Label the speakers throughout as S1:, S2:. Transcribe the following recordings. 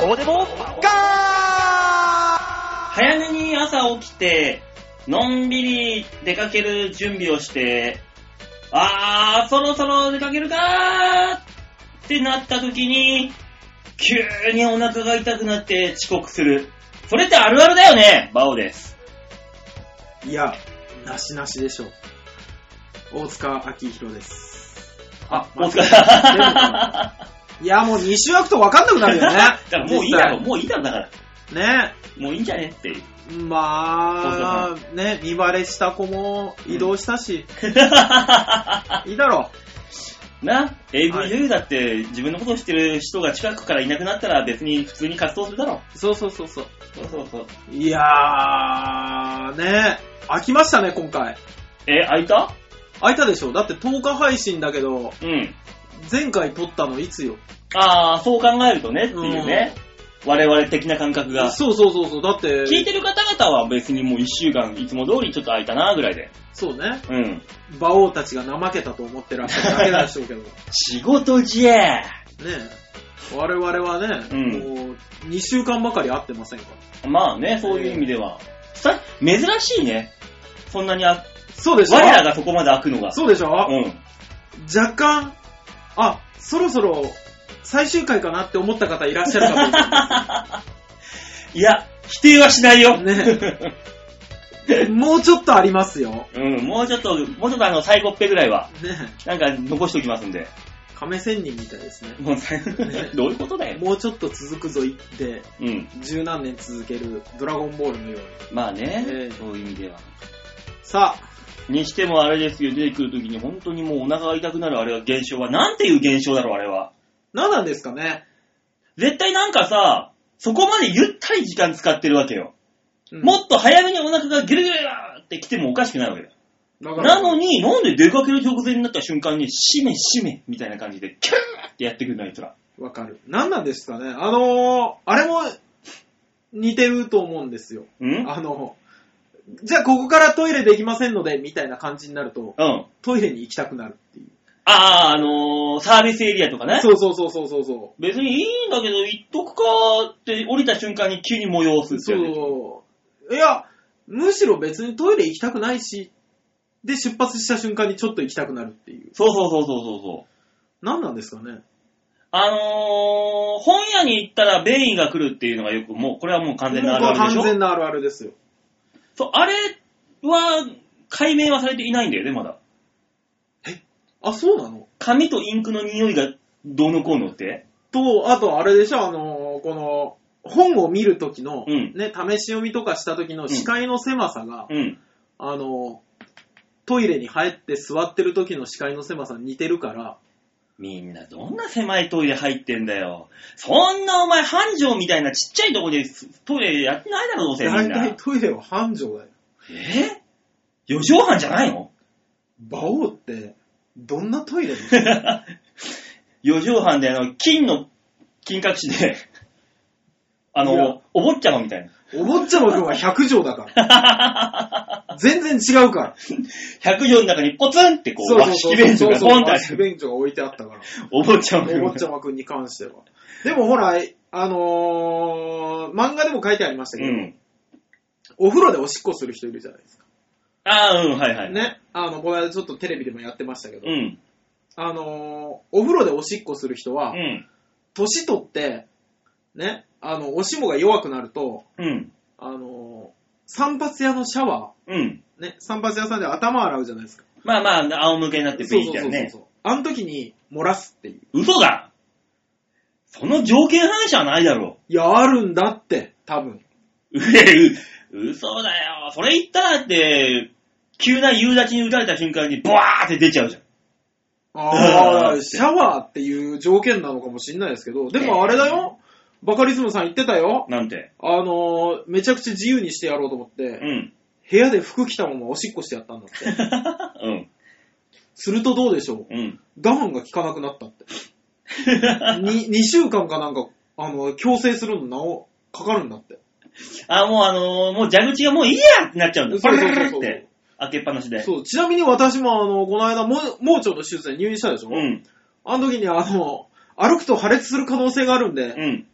S1: こうでもガー。
S2: 早めに朝起きて、のんびり出かける準備をして、そろそろ出かけるかーってなった時に、急にお腹が痛くなって遅刻する。それってあるあるだよね、バオです。
S3: いや、なしなしでしょう。大塚明宏です。
S2: 大塚。
S3: いや、もう2週空くと分かんなくなるよね。
S2: だからもういいだろ、もういいだろだから。
S3: ね。
S2: もういいんじゃねっていう。
S3: まあ、ね、見バレした子も移動したし。いいだろ
S2: う。な、AV 女優だって自分のことを知ってる人が近くからいなくなったら別に普通に活動するだろう。
S3: そう。いやー、ね、飽きましたね、今回。
S2: 開いた
S3: でしょ。だって10日配信だけど、
S2: うん。
S3: 前回撮ったのいつよ。
S2: そう考えるとねっていうね。我々的な感覚が。
S3: そう。だって。
S2: 聞いてる方々は別にもう1週間いつも通りちょっと空いたなぐらいで。
S3: そうね。
S2: うん。
S3: 馬王たちが怠けたと思ってらっしゃるだけなんでしょうけど。
S2: 仕事じゃ
S3: ねえ。我々はね、もう2週間ばかり会ってませんから。
S2: まあね、そういう意味では。珍しいね。そんなに
S3: そうでしょ。
S2: 我らがそこまで開くのが。
S3: そうでしょ。
S2: うん。
S3: 若干、そろそろ最終回かなって思った方いらっしゃるかと思います。
S2: いや、否定はしないよ。
S3: ね。もうちょっとありますよ。
S2: もうちょっと最後っぺぐらいは。
S3: ね。
S2: なんか残しておきますんで。
S3: 亀仙人みたいですね。
S2: どういうことだよ。
S3: もうちょっと続くぞ言って、十何年続けるドラゴンボールのように。
S2: まあね、そういう意味では。
S3: さあ。
S2: にしてもあれですよ、出てくるときに本当にもうお腹が痛くなるあれは現象は、なんていう現象だろう、あれは。
S3: 何なんですかね。
S2: 絶対なんかさ、そこまでゆったり時間使ってるわけよ。もっと早めにお腹がギルギルって来てもおかしくないわけだよ。なのに、なんで出かける直前になった瞬間に、しめみたいな感じで、キューってやってくるの、あいつら。
S3: わかる。何なんですかね。あれも似てると思うんですよ。じゃあここからトイレできませんので、みたいな感じになると、トイレに行きたくなるっていう。
S2: サービスエリアとかね。
S3: そう。
S2: 別にいいんだけど、行っとくかーって降りた瞬間に急に催すってやつ。
S3: そう。いや、むしろ別にトイレ行きたくないし、で出発した瞬間にちょっと行きたくなるっていう。
S2: そう。
S3: 何なんですかね。
S2: 本屋に行ったら便意が来るっていうのがよく、これはもう完全なあるあるでしょ。
S3: 完全なあるあるですよ。
S2: そう、あれは解明はされていないんだよね、まだ。
S3: そうなの？
S2: 紙とインクの匂いがどうのこうのって
S3: と、あとあれでしょ、この、本を見るときの、ね、試し読みとかしたときの視界の狭さが、トイレに入って座ってるときの視界の狭さに似てるから、
S2: みんなどんな狭いトイレ入ってんだよ。そんなお前繁盛みたいなちっちゃいとこでトイレやってないだろ、どうせみんな。
S3: 大体トイレは繁盛だよ。
S2: 四畳半じゃないの？
S3: 馬王って、どんなトイレ
S2: 四畳半で金隠しで、お坊ちゃまみたいな。
S3: お坊ちゃまくんは100畳だから。全然違うから。
S2: 100畳の中にポツンってこう、和式便所がポンってある。和
S3: 式便所が置いてあったから。
S2: お坊ちゃま
S3: くんに関しては。でもほら、漫画でも書いてありましたけど、お風呂でおしっこする人いるじゃないですか。
S2: はい。
S3: ね。この間ちょっとテレビでもやってましたけど、お風呂でおしっこする人は、年取って、ね、おしもが弱くなると、散髪屋のシャワー、ね、散髪屋さんで頭洗うじゃないですか。
S2: まあ、仰向けになってビーチだよね。
S3: そう。あの時に漏らすっていう。
S2: 嘘だ！その条件反射はないだろう。
S3: いや、あるんだって、多分。
S2: 嘘だよ。それ言ったらって、急な夕立に打たれた瞬間にブワーって出ちゃうじゃん。
S3: シャワーっていう条件なのかもしれないですけど、でもあれだよ。バカリズムさん言ってたよ。
S2: なんて。
S3: めちゃくちゃ自由にしてやろうと思って、部屋で服着たままおしっこしてやったんだって。するとどうでしょう、我慢が効かなくなったって。2週間かなんか、強制するのかかるんだって。
S2: もう蛇口がもういいやってなっちゃうんだ。
S3: そう。
S2: 開けっぱなしで。
S3: そう、ちなみに私もこの間、盲腸の手術で入院したでしょ。あの時に歩くと破裂する可能性があるんで、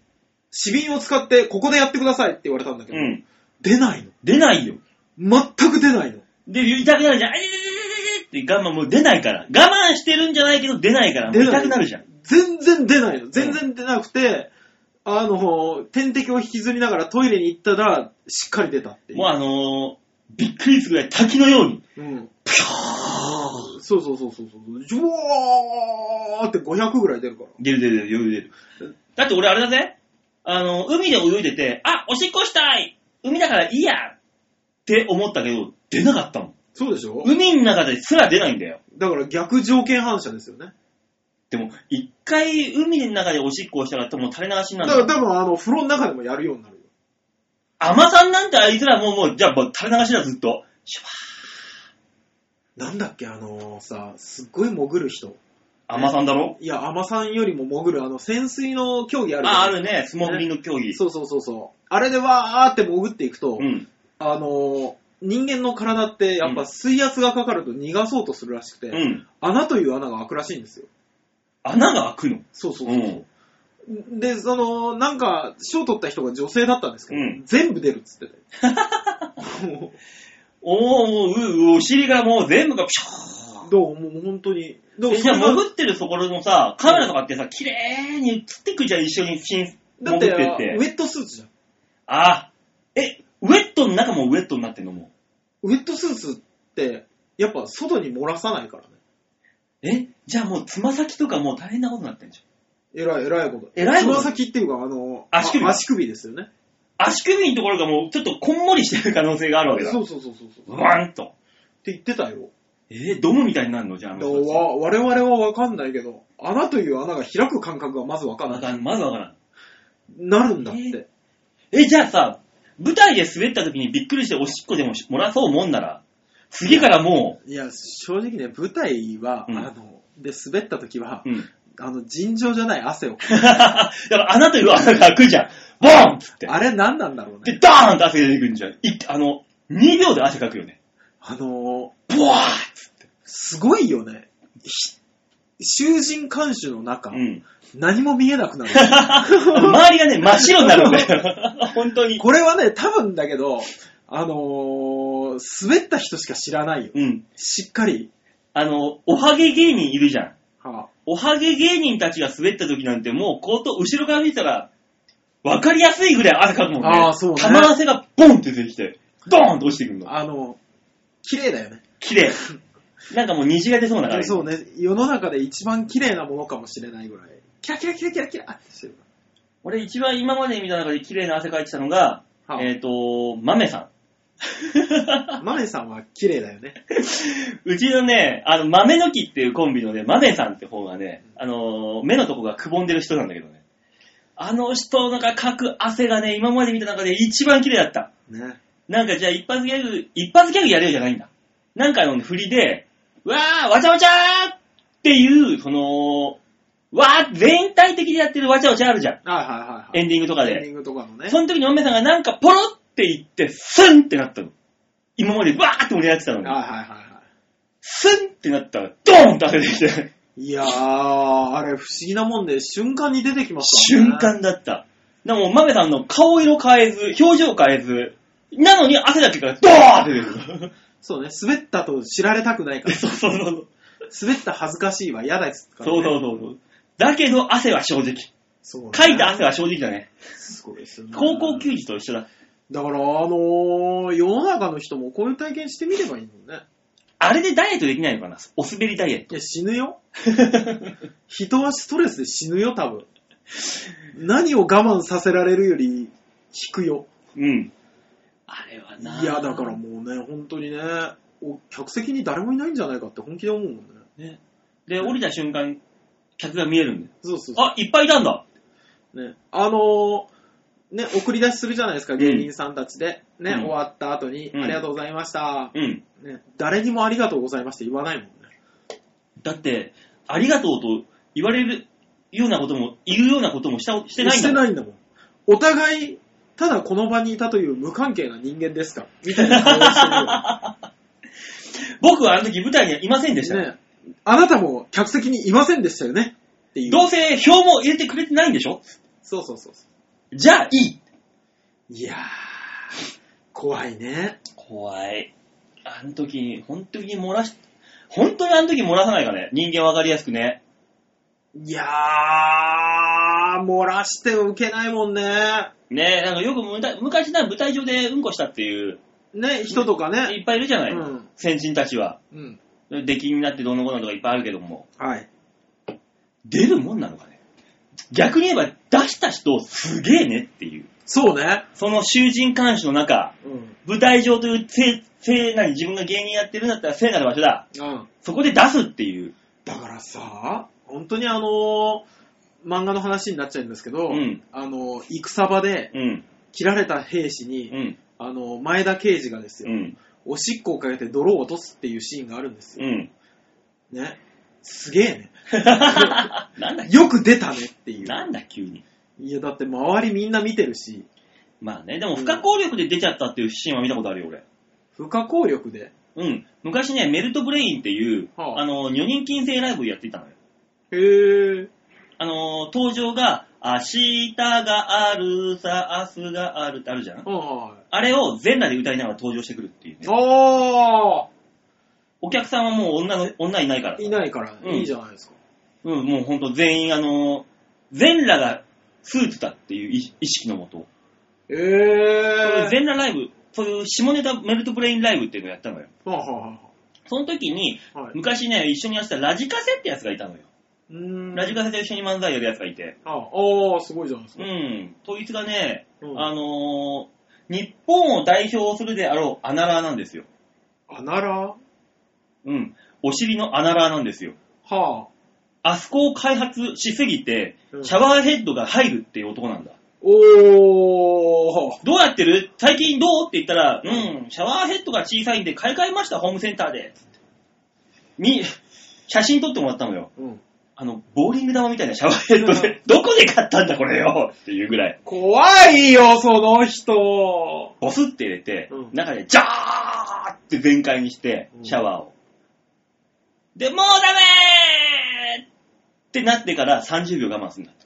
S3: 紙瓶を使ってここでやってくださいって言われたんだけど、出ないの。
S2: 出ないよ。
S3: 全く出ないの。
S2: で、痛くなるじゃん。って我慢もう出ないから。我慢してるんじゃないけど出ないから。もう痛くなるじゃん。
S3: 全然出ないの。全然出なくて、点滴を引きずりながらトイレに行ったら、しっかり出たっていう。
S2: もうびっくりするぐらい滝のように。
S3: うん。ピャーそう。ジョワーって500ぐらい出るから。
S2: 出る。だって俺あれだぜ。海で泳いでて、おしっこしたい海だからいいやって思ったけど、出なかったもん。
S3: そうでしょ？
S2: 海の中ですら出ないんだよ。
S3: だから逆条件反射ですよね。
S2: でも、一回海の中でおしっこをしたら多分垂れ流しになる。
S3: だから多分風呂の中でもやるようになるよ。
S2: 甘さんなんてあいつらもう、じゃあもう垂れ流しだずっと。シュ
S3: ワー。なんだっけすっごい潜る人。
S2: 甘さんだろ？
S3: いや、甘さんよりも潜る潜水の競技あるじゃん。
S2: あるね、素潜りの競技。
S3: そう。あれでわーって潜っていくと、人間の体ってやっぱ水圧がかかると逃がそうとするらしくて、穴という穴が開くらしいんですよ。
S2: 穴が開くの？
S3: そう。で、なんか、賞取った人が女性だったんですけど、全部出るっつってたよ。
S2: お尻がもう全部がピショー。
S3: もう本当に。
S2: じゃあ潜ってるところのさ、カメラとかってさ、綺麗に映ってくじゃん、一緒に潜ってって。
S3: だって、ウェットスーツじゃん。
S2: ウェットの中もウェットになってんのも
S3: ウェットスーツって、やっぱ外に漏らさないから
S2: ね。じゃあもうつま先とかもう大変なことになってんじゃん。
S3: えらいこと。
S2: つま
S3: 先っていうか、足首ですよね。
S2: 足首のところがもうちょっとこんもりしてる可能性があるわけだ。
S3: そう。
S2: ワンと。
S3: って言ってたよ。
S2: ドムみたいになるのじゃあ。
S3: 我々はわかんないけど、穴という穴が開く感覚がまずわかんない。
S2: まずわからん。
S3: なるんだって。
S2: じゃあさ、舞台で滑った時にびっくりしておしっこでも漏らそうもんなら、次からもう。
S3: いや、正直ね、舞台は、で滑った時は、尋常じゃない汗を。
S2: だから穴という穴が開くじゃん。ボーンっつって。
S3: あれ何なんだろうね。
S2: で、ドーンって汗が出てくるんじゃん。2秒で汗かくよね。
S3: ボワーっつって。すごいよね。囚人監守の中、何も見えなくなる。
S2: 周りがね、真っ白になるんだよ。本当に。
S3: これはね、多分だけど、滑った人しか知らないよ。しっかり。
S2: おはげ芸人いるじゃん。
S3: はあ、
S2: おはげ芸人たちが滑った時なんてもう後ろから見たら分かりやすいぐらい汗かくもんね。
S3: そうね。
S2: 玉汗がボンって出てきて、ドーンと落ちてくるの。
S3: 綺麗だよね。
S2: 綺麗。なんかもう虹が出そうな感じ。
S3: そうね。世の中で一番綺麗なものかもしれないぐらい。キラキラってしてる。
S2: 俺一番今まで見た中で綺麗な汗かいてたのが、豆さん。
S3: 豆さんは綺麗だよね。
S2: うちのね、豆の木っていうコンビのね、豆さんって方がね、目のとこがくぼんでる人なんだけどね。あの人のかく汗がね、今まで見た中で一番綺麗だった。
S3: ね。
S2: なんかじゃあ一発ギャグやれよじゃないんだ。なんか振りで、わちゃわちゃーっていう、全体的でやってるわちゃわちゃあるじゃん。
S3: はい。
S2: エンディングとかで。
S3: エンディングとかのね。
S2: その時におめさんがなんかポロって言って、スンってなったの。今までわーって盛り上がってたのに。スンってなったら、ドーンって汗出てきて。
S3: いやー、あれ不思議なもんで、瞬間に出てきました
S2: ね。瞬間だった。でも、豆さんの顔色変えず、表情変えず、なのに汗だけがドーンって出てくる。
S3: そうね、滑ったと知られたくないから。
S2: そう。
S3: 滑った恥ずかしいは嫌ですからね。
S2: そう。だけど汗は正直。
S3: そうね。
S2: かいた汗は正直だね。
S3: すごいですよね。
S2: 高校球児と一緒だ。
S3: だから、世の中の人もこういう体験してみればいいのね。
S2: あれでダイエットできないのかな？お滑りダイエット。
S3: いや、死ぬよ。人はストレスで死ぬよ、多分。何を我慢させられるより引くよ。
S2: あれはな。
S3: いや、だからもうね、本当にね、客席に誰もいないんじゃないかって本気で思うもんね。
S2: で、降りた瞬間、客が見えるんだよ。
S3: そう。
S2: いっぱいいたんだ。
S3: ね、送り出しするじゃないですか、芸人さんたちで。ね、終わった後に、ありがとうございました。ね、誰にもありがとうございました言わないもんね。
S2: だって、ありがとうと言われるようなことも、言うようなこともしてないんだもん。
S3: してないんだもん。お互い、ただこの場にいたという無関係な人間ですかみたいな顔をしてる。
S2: 僕はあの時舞台にはいませんでした。
S3: ね、あなたも客席にいませんでしたよねっていう。
S2: どうせ票も入れてくれてないんでしょ？
S3: そう。
S2: じゃあいい。
S3: いやー、怖いね。
S2: 怖い。あの時、本当にあの時漏らさないかね。人間わかりやすくね。
S3: いやー、漏らして受けないもんね。
S2: ねえ、なんかよく昔舞台上でうんこしたっていう。
S3: ね、人とかね。
S2: いっぱいいるじゃない、先人たちは。出禁になってどうのこうのとかいっぱいあるけども。
S3: はい。
S2: 出るもんなのかね。逆に言えば出した人すげえねっていう。
S3: そうね。
S2: その囚人監視の中、舞台上という自分が芸人やってるんだったら聖なる場所だ。そこで出すっていう。
S3: だからさ、本当に漫画の話になっちゃうんですけど、戦場で、切られた兵士に、前田刑事がですよ、おしっこをかけて泥を落とすっていうシーンがあるんですよ。ね。すげえね。
S2: なんだ
S3: よく出たねっていう。
S2: なんだ急に。
S3: いやだって周りみんな見てるし。
S2: まあね、でも不可抗力で出ちゃったっていうシーンは見たことあるよ俺。
S3: 不可抗力で？
S2: 昔ね、メルトブレインっていう、女人禁制ライブやっていたのよ。
S3: へー。
S2: 登場が、明日があるさ、明日があるってあるじゃん。あれを全裸で歌いながら登場してくるっていうね。お客さんはもう女いないから。
S3: いないから、いいじゃないですか。
S2: もうほんと全員全裸がスーツだっていう意識のもと。そういう全裸ライブ、そういう下ネタメルトブレインライブっていうのをやったのよ。その時に、昔ね、一緒にやってたラジカセってやつがいたのよ。ラジカセと一緒に漫才やるやつがいて。
S3: すごいじゃないですか。
S2: そいつがね、日本を代表するであろうアナラーなんですよ。
S3: アナラー？
S2: お尻のアナラーなんですよ。あそこを開発しすぎて、シャワーヘッドが入るっていう男なんだ。どうやってる？最近どうって言ったら、シャワーヘッドが小さいんで買い替えました、ホームセンターで。写真撮ってもらったのよ。ボーリング玉みたいなシャワーヘッドで、どこで買ったんだこれよっていうぐらい。
S3: 怖いよ、その人。
S2: ボスって入れて、中でジャーって全開にして、シャワーを。で、もうダメーってなってから30秒我慢するんだって。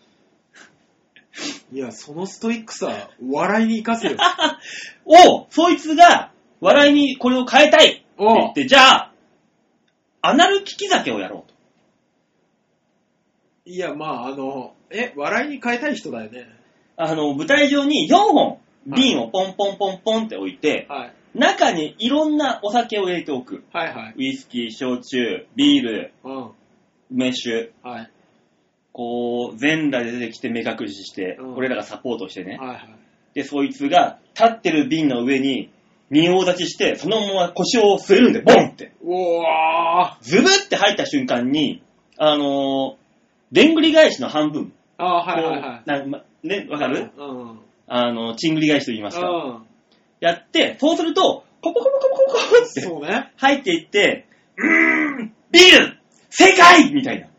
S3: いや、そのストイックさ、笑いに活かせよ。
S2: そいつが、笑いにこれを変えたいって言って、じゃあ、アナル利き酒をやろうと。
S3: いや、笑いに変えたい人だよね。
S2: 舞台上に4本、瓶をポンポンポンポンって置いて、中にいろんなお酒を入れておく。ウイスキー、焼酎、ビール、梅酒。こう、全裸で出てきて目隠しして、俺らがサポートしてね。で、そいつが立ってる瓶の上に仁王立ちして、そのまま腰を据えるんで、ボンって。ズブって入った瞬間に、でんぐり返しの半分。わかる？ちんぐり返しと言いますか。やって、そうすると、コポコポコポコポって入っていって、ビール正解みたいな。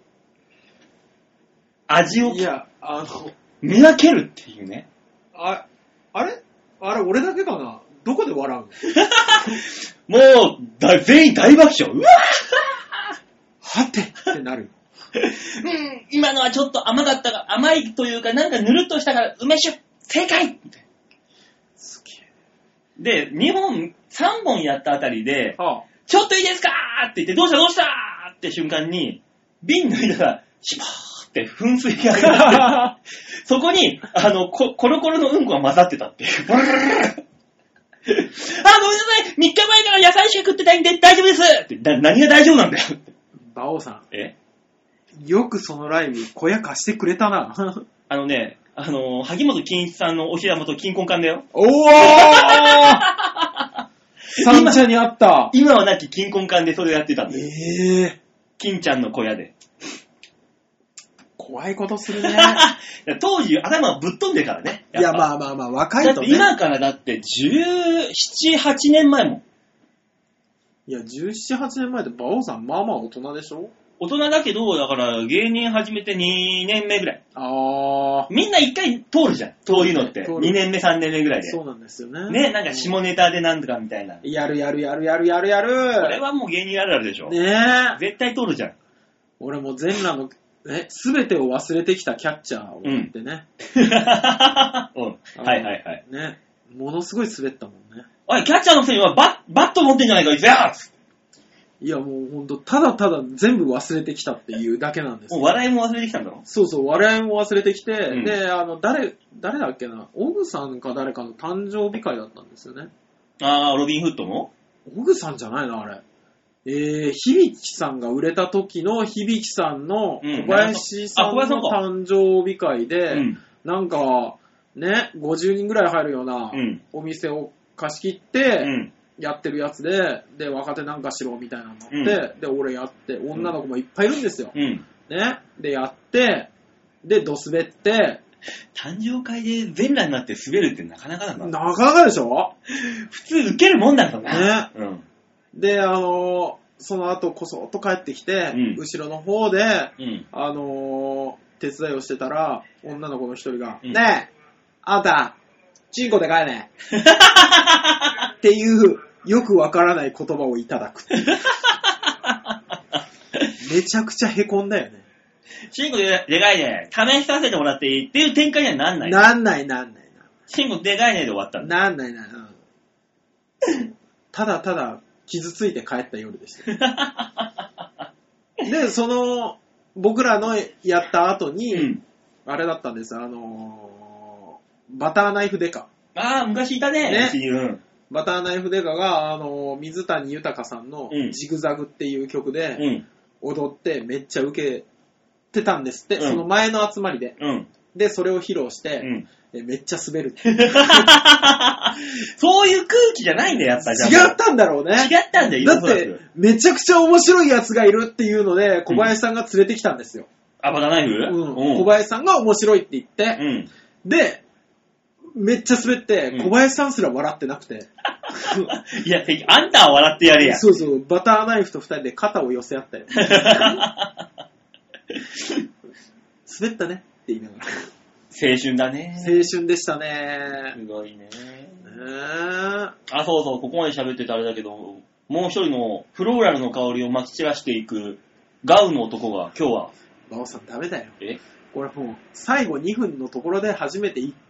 S2: 味を見分けるっていうね。
S3: あれ俺だけかな？どこで笑う
S2: の？もう、全員大爆笑。うわ
S3: ーはてってなる。
S2: 今のはちょっと甘かったが、甘いというか、なんかぬるっとしたから、梅酒正解みたいな。
S3: すげ
S2: え。で、3本やったあたりで、ちょっといいですかって言って、どうしたって瞬間に、瓶脱いだら、シュパーって噴水が上がって、そこに、コロコロのうんこが混ざってたっていう。ごめんなさい !3 日前から野菜しか食ってないんで大丈夫ですって。何が大丈夫なんだよって。
S3: 馬王さん。よくそのライブ、小屋貸してくれたな。
S2: 萩本欽一さんのお膝元金婚館だよ。
S3: おー三茶にあった。
S2: 今はなき金婚館でそれをやってたんだよ。金ちゃんの小屋で。
S3: 怖いことするね。
S2: 当時頭ぶっ飛んでからね。
S3: いや、まあ、若いとね。
S2: だって今からだって17、8年前も。
S3: いや、17、8年前で馬王さん、まあまあ大人でしょ？
S2: 大人だけど、だから芸人始めて2年目ぐらい。みんな1回通るじゃん。そういうのって。2年目、3年目ぐらいで。
S3: そうなんですよね。
S2: ね、なんか下ネタでなんとかみたいな。
S3: やる。こ
S2: れはもう芸人あるあるでしょ。
S3: ねえ。
S2: 絶対通るじゃん。
S3: 俺も全裸のすべてを忘れてきたキャッチャーをやってね。
S2: はいはいはい。
S3: ね。ものすごい滑ったもんね。
S2: おい、キャッチャーのくせにはバット持ってんじゃないか、いや
S3: いやもうほんと、ただただ全部忘れてきたっていうだけなんですよ。
S2: もう笑いも忘れてきたんだろ？
S3: そうそう、笑いも忘れてきて、で、誰だっけな、オグさんか誰かの誕生日会だったんですよね。
S2: ロビンフットの？
S3: オグさんじゃないな、あれ。響さんが売れた時の響さんの小林さんの誕生日会で、なんか、ね、50人ぐらい入るようなお店を貸し切って、やってるやつで、若手なんかしろみたいなのって、で、俺やって、女の子もいっぱいいるんですよ。ね。で、やって、で、ド滑って、
S2: 誕生会で全裸になって滑るってなかなかなんだ。
S3: なかなかでしょ？
S2: 普通受けるもんだから
S3: ね。で、その後こそっと帰ってきて、後ろの方で、手伝いをしてたら、女の子の一人が、ねえ、あんた、チンコでかいね。っていう、よくわからない言葉をいただく。めちゃくちゃ凹んだよね。
S2: チンコでかいね。試させてもらっていいっていう展開にはなんない。
S3: なんない。
S2: チンコでかいねで終わったんだ。
S3: なんない。ただただ傷ついて帰った夜でした。で、僕らのやった後に、あれだったんです。バターナイフデカ。
S2: 昔いたね。
S3: バターナイフデカが、水谷豊さんのジグザグっていう曲で、踊ってめっちゃウケてたんですって、その前の集まりで。で、それを披露して、めっちゃ滑る。
S2: そういう空気じゃないんだよ、やっぱり。
S3: 違ったんだろうね。
S2: 違ったんだよ、
S3: だって、めちゃくちゃ面白いやつがいるっていうので、小林さんが連れてきたんですよ。
S2: バターナイフ？
S3: 小林さんが面白いって言って、で、めっちゃ滑って、小林さんすら笑ってなくて。
S2: いや、あんたは笑ってやれや。
S3: そうそう、バターナイフと二人で肩を寄せ合ったよ。滑ったねって言いながら。
S2: 青春だね。
S3: 青春でしたね。
S2: すごいね。そう、ここまで喋ってたあれだけど、もう一人のフローラルの香りを撒き散らしていくガウの男が今日は。
S3: バオさんダメだよ。これもう最後2分のところで初めて行って、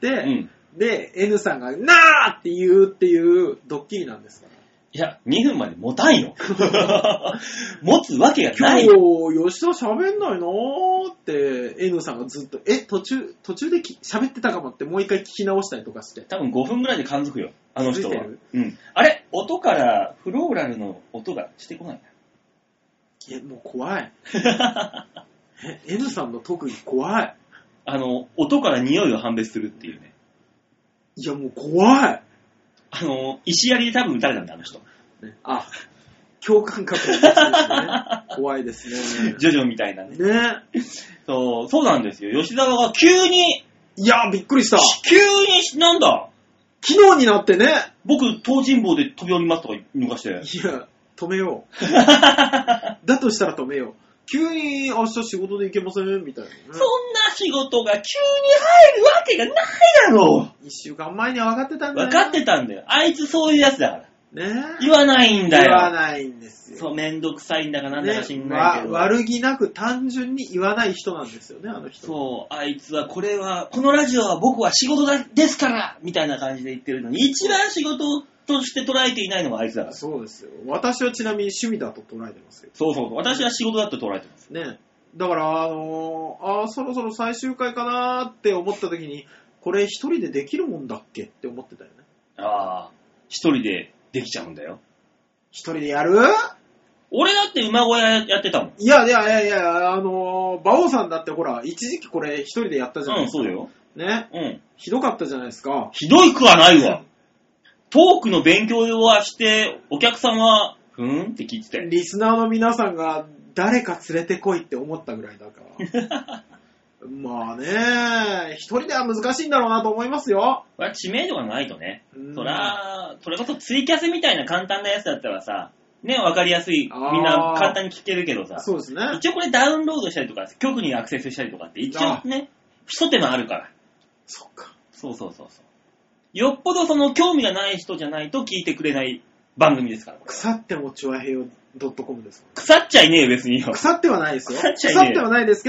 S3: で、N さんがなーって言うっていうドッキリなんですから。
S2: いや、2分まで持たんよ。持つわけがない。
S3: 今日、吉田喋んないのーって、N さんがずっと、途中で喋ってたかもってもう一回聞き直したりとかして。
S2: 多分5分ぐらいで感づくよ、あの人は。あれ音からフローラルの音がしてこない。
S3: いや、もう怖い。N さんの特技怖い。
S2: 音から匂いを判別するっていうね。
S3: いや、もう怖い。
S2: 石槍で多分撃たれたんだ、あの人。
S3: 共感覚のやつですね。怖いですね。
S2: ジョジョみたいなね。そうなんですよ。吉沢が急に。
S3: いや、びっくりした。
S2: 急に、なんだ。
S3: 昨日になってね。
S2: 僕、東尋坊で飛び降りますとか抜かして。
S3: いや、止めよう。だとしたら止めよう。急に明日仕事で行けませんみたいな、ね。
S2: そんな仕事が急に入るわけがないだろう。
S3: 1週間前には分かってたんだよ。
S2: 分かってたんだよ。あいつそういうやつだから。
S3: ね、
S2: 言わないんだよ。
S3: 言わないんですよ。
S2: そう、めんどくさいんだかなんだか知んないけど。
S3: 悪気なく単純に言わない人なんですよね、あの人。
S2: そう、あいつはこのラジオは僕は仕事ですからみたいな感じで言ってるのに、一番仕事として捉えていないのがあいつだから。
S3: そうですよ。私はちなみに趣味だと捉えてますよ。
S2: そう。私は仕事だと捉えてます。
S3: ね。だから、そろそろ最終回かなーって思った時に、これ一人でできるもんだっけって思ってたよね。
S2: 一人でできちゃうんだよ。
S3: 一人でやる？
S2: 俺だって馬小屋やってたもん。
S3: いや、馬王さんだってほら、一時期これ一人でやったじゃないですか。
S2: そうだよ。
S3: ね。ひどかったじゃないですか。
S2: ひどいくはないわ。トークの勉強はして、お客さんは、ふーんって聞いてて。
S3: リスナーの皆さんが誰か連れてこいって思ったぐらいだから。まあね、一人では難しいんだろうなと思いますよ。
S2: これは知名度がないとね。それこそツイキャスみたいな簡単なやつだったらさ、ね、わかりやすい。みんな簡単に聞けるけどさ。
S3: そうですね。
S2: 一応これダウンロードしたりとか、局にアクセスしたりとかって一応ね、一手間あるから。
S3: そっか。
S2: そう。よっぽどその興味がない人じゃないと聞いてくれない番組ですから。
S3: 腐ってもちょわへよ .com です。
S2: 腐っちゃいねえよ、別によ。
S3: 腐ってはないですよ。
S2: 腐っちゃいねえ。
S3: 腐ってはないですけど、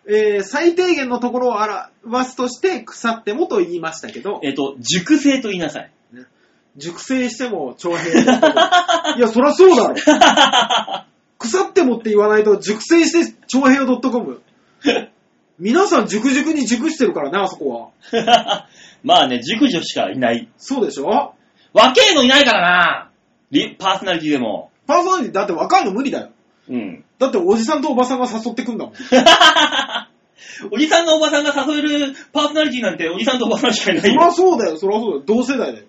S3: 最低限のところを表すとして腐ってもと言いましたけど。
S2: 熟成と言いなさい。
S3: ね、熟成しても長平。いや、そらそうだろ。腐ってもって言わないと熟成して長平 .com。皆さん熟々に熟してるからね、あそこ
S2: は。まあね、熟女しかいない。
S3: そうでしょ？
S2: 若いのいないからな。パーソナリティでも。
S3: パーソナリティだって若いの無理だよ。
S2: うん。
S3: だっておじさんとおばさんが誘ってくんだもん。
S2: おじさんがおばさんが誘えるパーソナリティなんておじさんとおばさんしかいないよ。
S3: そらそうだよ、そらそうだよ。同世代だよ。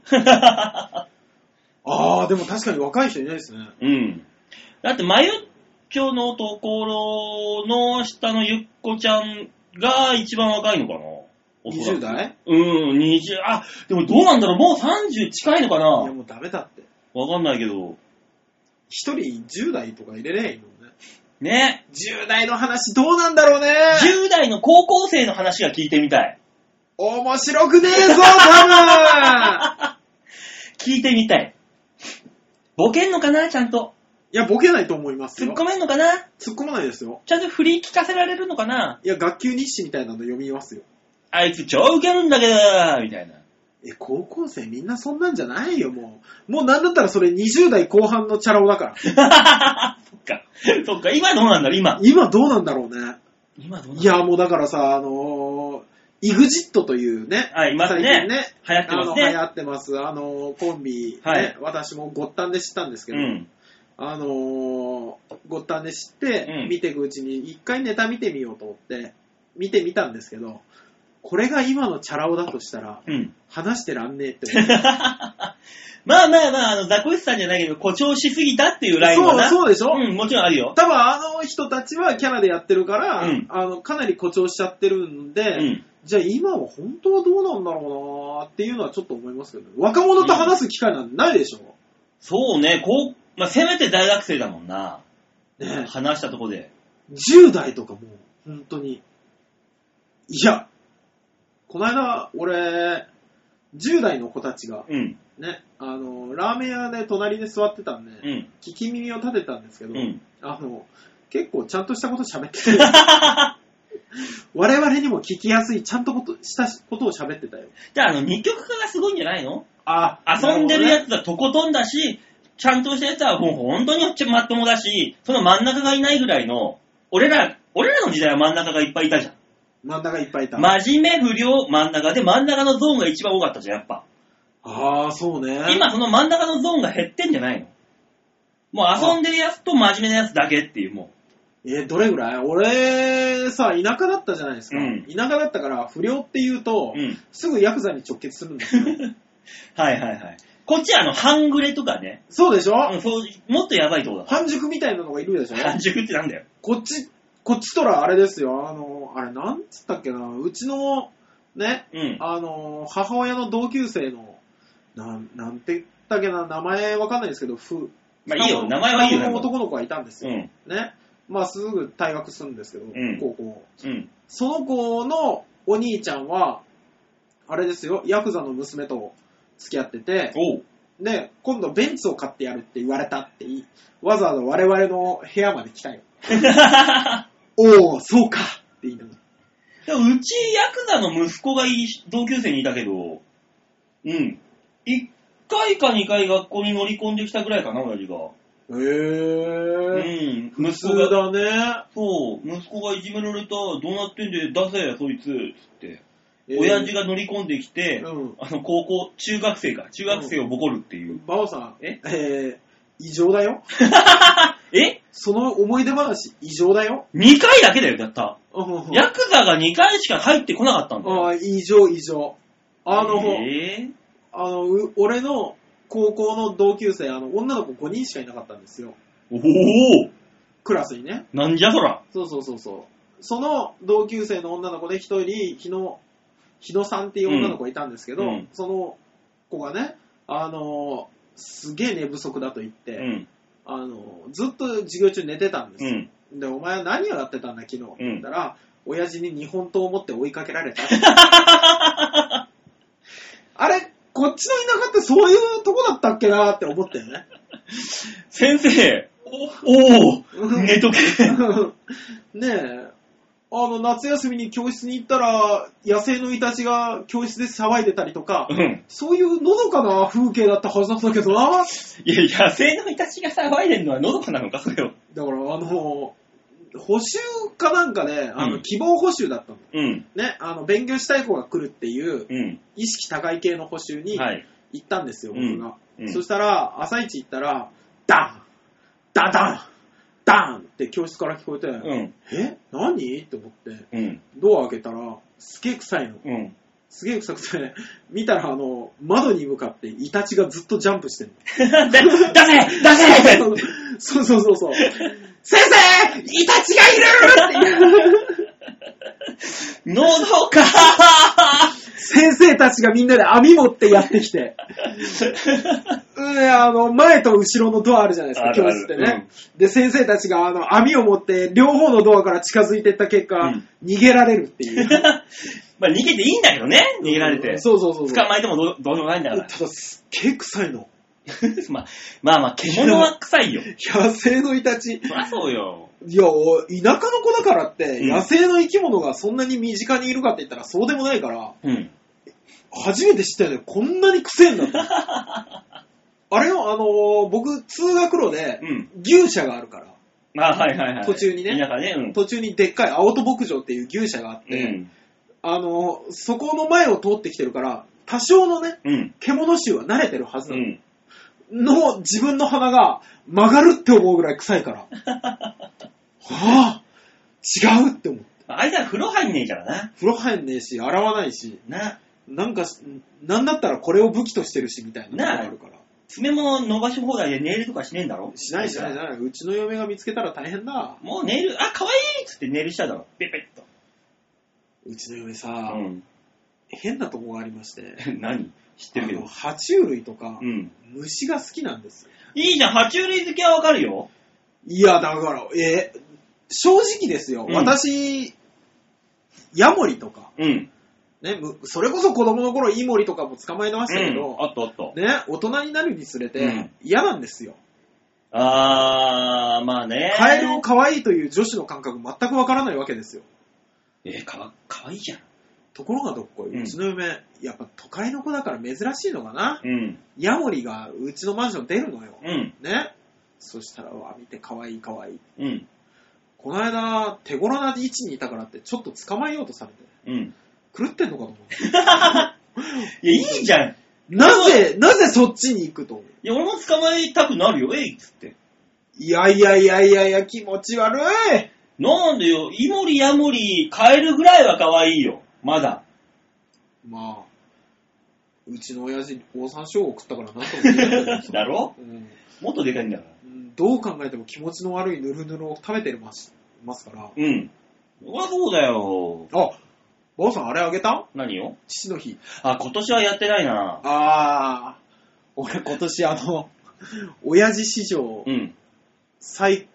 S3: あー、でも確かに若い人いないですね。
S2: うん。だって、まゆっちょのところの下のゆっこちゃんが一番若いのかな。
S3: 20代？
S2: うん、20、でもどうなんだろう、もう30近いのかな。
S3: いや、もうダメだって。
S2: わかんないけど。
S3: 一人10代とか入れれないのね。
S2: ね。
S3: 10代の話どうなんだろうね。
S2: 10代の高校生の話が聞いてみたい。
S3: 面白くねえぞ、多分
S2: 聞いてみたい。ボケんのかな、ちゃんと。
S3: いや、ボケないと思いますよ。
S2: 突っ込めんのかな？
S3: 突っ込まないですよ。
S2: ちゃんと振り聞かせられるのかな？
S3: いや、学級日誌みたいなの読みますよ。
S2: あいつ超ウケるんだけどみたいな。
S3: 高校生みんなそんなんじゃないよ、もう。もうなんだったらそれ20代後半のチャラ男だから。
S2: そっか、今どうなんだろう、今。
S3: 今どうなんだろうね。
S2: 今どうなんだろう。
S3: いや、もうだからさ、EXIT というね。
S2: はい、いますね。
S3: 最近ね。
S2: 流行ってますね。
S3: 流行ってます。コンビ、ね、
S2: はい。
S3: 私もごったんで知ったんですけど、
S2: うん。
S3: ごったんで知って、
S2: うん、
S3: 見ていくうちに一回ネタ見てみようと思って、見てみたんですけど、これが今のチャラ男だとしたら、
S2: うん、
S3: 話してらんねえって思って。
S2: まあ、ザコシさんじゃないけど、誇張しすぎたっていうラインはな。
S3: そうでしょ？
S2: うん、もちろんあるよ。
S3: 多分人たちはキャラでやってるから、
S2: うん、
S3: かなり誇張しちゃってるんで、うん、じゃあ今は本当はどうなんだろうなっていうのはちょっと思いますけど、若者と話す機会なんてないでしょ？
S2: そうね、せめて大学生だもんな。
S3: ね、
S2: 話したとこで。
S3: 10代とかもう、本当に。いや、この間、俺、10代の子たちが、
S2: うん、
S3: ね、ラーメン屋で隣で座ってたんで、
S2: うん、
S3: 聞き耳を立てたんですけど、
S2: うん、
S3: 結構ちゃんとしたこと喋ってて、我々にも聞きやすい、ちゃんとしたことを喋ってたよ。
S2: じゃあ、二極化がすごいんじゃないの？
S3: 遊
S2: んでるやつはとことんだし、ちゃんとしたやつはもう本当にまっともだし、その真ん中がいないぐらいの、俺らの時代は真ん中がいっぱいいたじゃん。
S3: 真ん中いっぱいいた。
S2: 真面目不良真ん中で、真ん中のゾーンが一番多かったじゃん、やっぱ。
S3: そうね。
S2: 今その真ん中のゾーンが減ってんじゃないの？もう遊んでるやつと真面目なやつだけっていう、も
S3: う。どれぐらい？俺、さ、田舎だったじゃないですか。
S2: うん、
S3: 田舎だったから、不良って言うと、
S2: うん、
S3: すぐヤクザに直結するんですよ。
S2: はいはいはい。こっちは半グレとかね。
S3: そうでしょ？
S2: うん、もっとやばいとこだ。
S3: 半熟みたいなのがいるでしょ？
S2: 半熟ってなんだよ。
S3: こっちとらあれですよ。あれなんつったっけな。うちの、ね、
S2: うん、
S3: 母親の同級生の、なんて言ったっけな、名前わかんないですけど、
S2: まあいいよ、名前はいいよ。
S3: 男の子がいたんですよ。
S2: うん、
S3: ね。まあすぐ退学するんですけど、
S2: うん、
S3: 高校。
S2: うん。
S3: その子のお兄ちゃんは、あれですよ、ヤクザの娘と付き合ってて、で、今度ベンツを買ってやるって言われたってわざわざ我々の部屋まで来たよ。おー、そうかって言いなが
S2: ら。うちヤクザの息子が同級生にいたけど、うん。1回か2回学校に乗り込んできたぐらいかな、親父が。
S3: へぇ
S2: ー。うん。
S3: 息子だね。
S2: そう。息子がいじめられた。どうなってんで、出せ、そいつ。つって。親父が乗り込んできて、中学生をボコるっていう。
S3: バオさん、異常だよ。その思い出話、異常だよ。
S2: 2回だけだよ、だった。ヤクザが2回しか入ってこなかったんだよ。
S3: 異常。俺の高校の同級生、女の子5人しかいなかったんですよ。
S2: おお。
S3: クラスにね。
S2: なんじゃそら。
S3: そう。その同級生の女の子で一人、日野さんっていう女の子がいたんですけど、その子がね、すげえ寝不足だと言って、ずっと授業中寝てたんですよ。で、お前は何をやってたんだ昨日って言ったら、親父に日本刀を持って追いかけられた。あれ、こっちの田舎ってそういうとこだったっけなって思ったよね。
S2: 先生、寝とけ。
S3: ねえ、 夏休みに教室に行ったら、野生のイタチが教室で騒いでたりとか、そういうのどかな風景だったはずなんだけどな。
S2: いや、野生のイタチが騒いでるのはのどかなのか、それを。
S3: だから、補習かなんかで、希望補習だったの。ね、勉強したい子が来るっていう、意識高い系の補習に行ったんですよ、僕が。そしたら、朝一行ったら、ダンダダンダンって教室から聞こえて、何って思って、ドア開けたら、すげえ臭いの。すげえ臭くて、見たら窓に向かってイタチがずっとジャンプしてるの。
S2: 出せ
S3: そう。先生イタチがいるって
S2: のどか
S3: 先生たちがみんなで網持ってやってきて。前と後ろのドアあるじゃないですか、教室ってね。で、先生たちが網を持って両方のドアから近づいていった結果、逃げられるっていう。
S2: まあ逃げていいんだけどね、逃げられて。
S3: そう。
S2: 捕まえてもどうでもないんだから。
S3: ただ、すっげえ臭いの。
S2: まあ、獣は臭いよ。
S3: 野生のイタチ。
S2: そりゃそうよ。
S3: いや、田舎の子だからって、野生の生き物がそんなに身近にいるかって言ったらそうでもないから、初めて知ったよね、こんなに臭いんだって。あれよ、僕、通学路で、牛舎があるから。途中にね、途中にでっかい青戸牧場っていう牛舎があって、そこの前を通ってきてるから、多少のね、獣臭は慣れてるはずなの。自分の鼻が曲がるって思うぐらい臭いから。はぁ、違うって思って。
S2: あいつは風呂入んねえからな。
S3: 風呂入んねえし、洗わないし。なんだったらこれを武器としてるし、みたいなのがあるから。
S2: 爪も伸ばし放題でネイルとかしねえんだろ？
S3: しない。うちの嫁が見つけたら大変だ。
S2: もうネイル、可愛いっつってネイルしただろ。ペペッと。
S3: うちの嫁さ、変なとこがありまして。
S2: 何？知ってるけど。
S3: 爬虫類とか、虫が好きなんですよ。
S2: いいじゃん、爬虫類好きはわかるよ。
S3: いや、だから、正直ですよ。私、ヤモリとか、ね、それこそ子供の頃イモリとかも捕まえましたけど、
S2: あった。
S3: ね、大人になるにつれて、嫌なんですよ。
S2: まあね。
S3: カエルを可愛いという女子の感覚全くわからないわけですよ。
S2: かわいいじゃん。
S3: ところがどっこい、うちの嫁、やっぱ都会の子だから珍しいのかな。ヤモリがうちのマンション出るのよ。ね。そしたら、見て可愛い。この間、手頃な位置にいたからって、ちょっと捕まえようとされて。狂ってんのかと思って。
S2: いや、いいじゃん。
S3: なぜそっちに行くと思う？
S2: いや、俺も捕まえたくなるよ、っつって。
S3: いや、気持ち悪い。
S2: なんでよ、イモリ、ヤモリ、カエルぐらいは可愛いよ。まだ。
S3: まあ、うちの親父、オオサンショウウオ食ったからなんとも言えない。
S2: だろ？もっとでかいんだから。
S3: どう考えても気持ちの悪いヌルヌルを食べてますから。
S2: そうだよ。
S3: ばあさんあれあげた？
S2: 何よ？
S3: 父の日。
S2: 今年はやってないな。
S3: 俺今年親父史上、最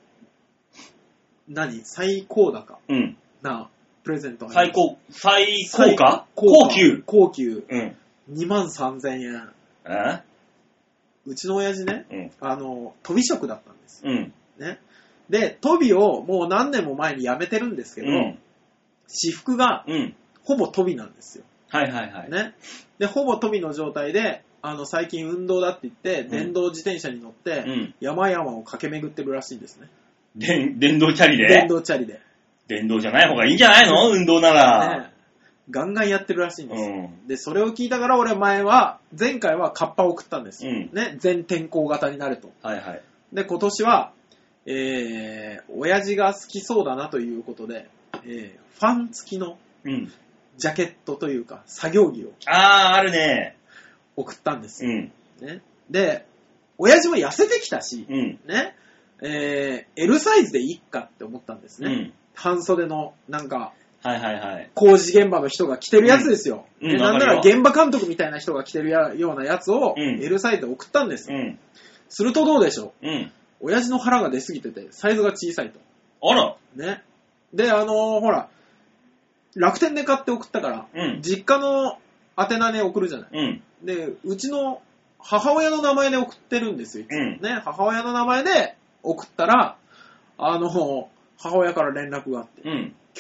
S3: 高高なプレゼント。
S2: 最高価？高級。
S3: 23,000円。うちの親父ね、飛び職だったんです。ね。で、飛びをもう何年も前に辞めてるんですけど、私服が、ほぼ飛びなんですよ。ね。で、ほぼ飛びの状態で、最近運動だって言って、電動自転車に乗って、山々を駆け巡ってるらしいんですね。
S2: 電動チャリで？
S3: 電動チャリで。
S2: 電動じゃない方がいいんじゃないの？運動なら。
S3: ね。ガンガンやってるらしいんですよ。で、それを聞いたから俺前回はカッパを送ったんですよ。ね。全天候型になると。で、今年は、親父が好きそうだなということで、ファン付きの、ジャケットというか、作業着を。
S2: あるね。
S3: 送ったんですよ。ね。で、親父も痩せてきたし、ね。L サイズでいいかって思ったんですね。半袖の、なんか、工事現場の人が着てるやつですよ。なんなら現場監督みたいな人が着てるようなやつを L サイズで送ったんです。するとどうでしょう。親父の腹が出すぎてて、サイズが小さいと。
S2: あら。
S3: ね。で、ほら、楽天で買って送ったから、実家の宛名で送るじゃない。で、うちの母親の名前で送ってるんですよ。ね。母親の名前で送ったら、母親から連絡があって、今日、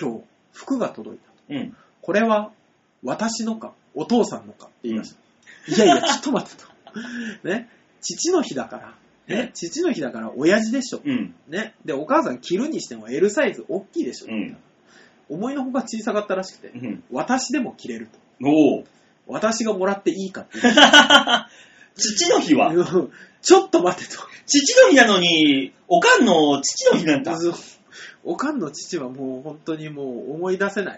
S3: 服が届いた。
S2: うん。
S3: これは私のかお父さんのかって言いました。いやいや、ちょっと待ってと。ね。父の日だから。ね。父の日だから親父でしょ。
S2: うん。
S3: ね。で、お母さん着るにしても L サイズ大きいでしょ。
S2: うん。
S3: 思いのほか小さかったらしくて、うん、私でも着れると。
S2: おー。
S3: 私がもらっていいかって
S2: 父の日は
S3: ちょっと待ってと。
S2: 父の日なのに、おかんの父の日なんだ。
S3: おかんの父はもう本当にもう思い出せない。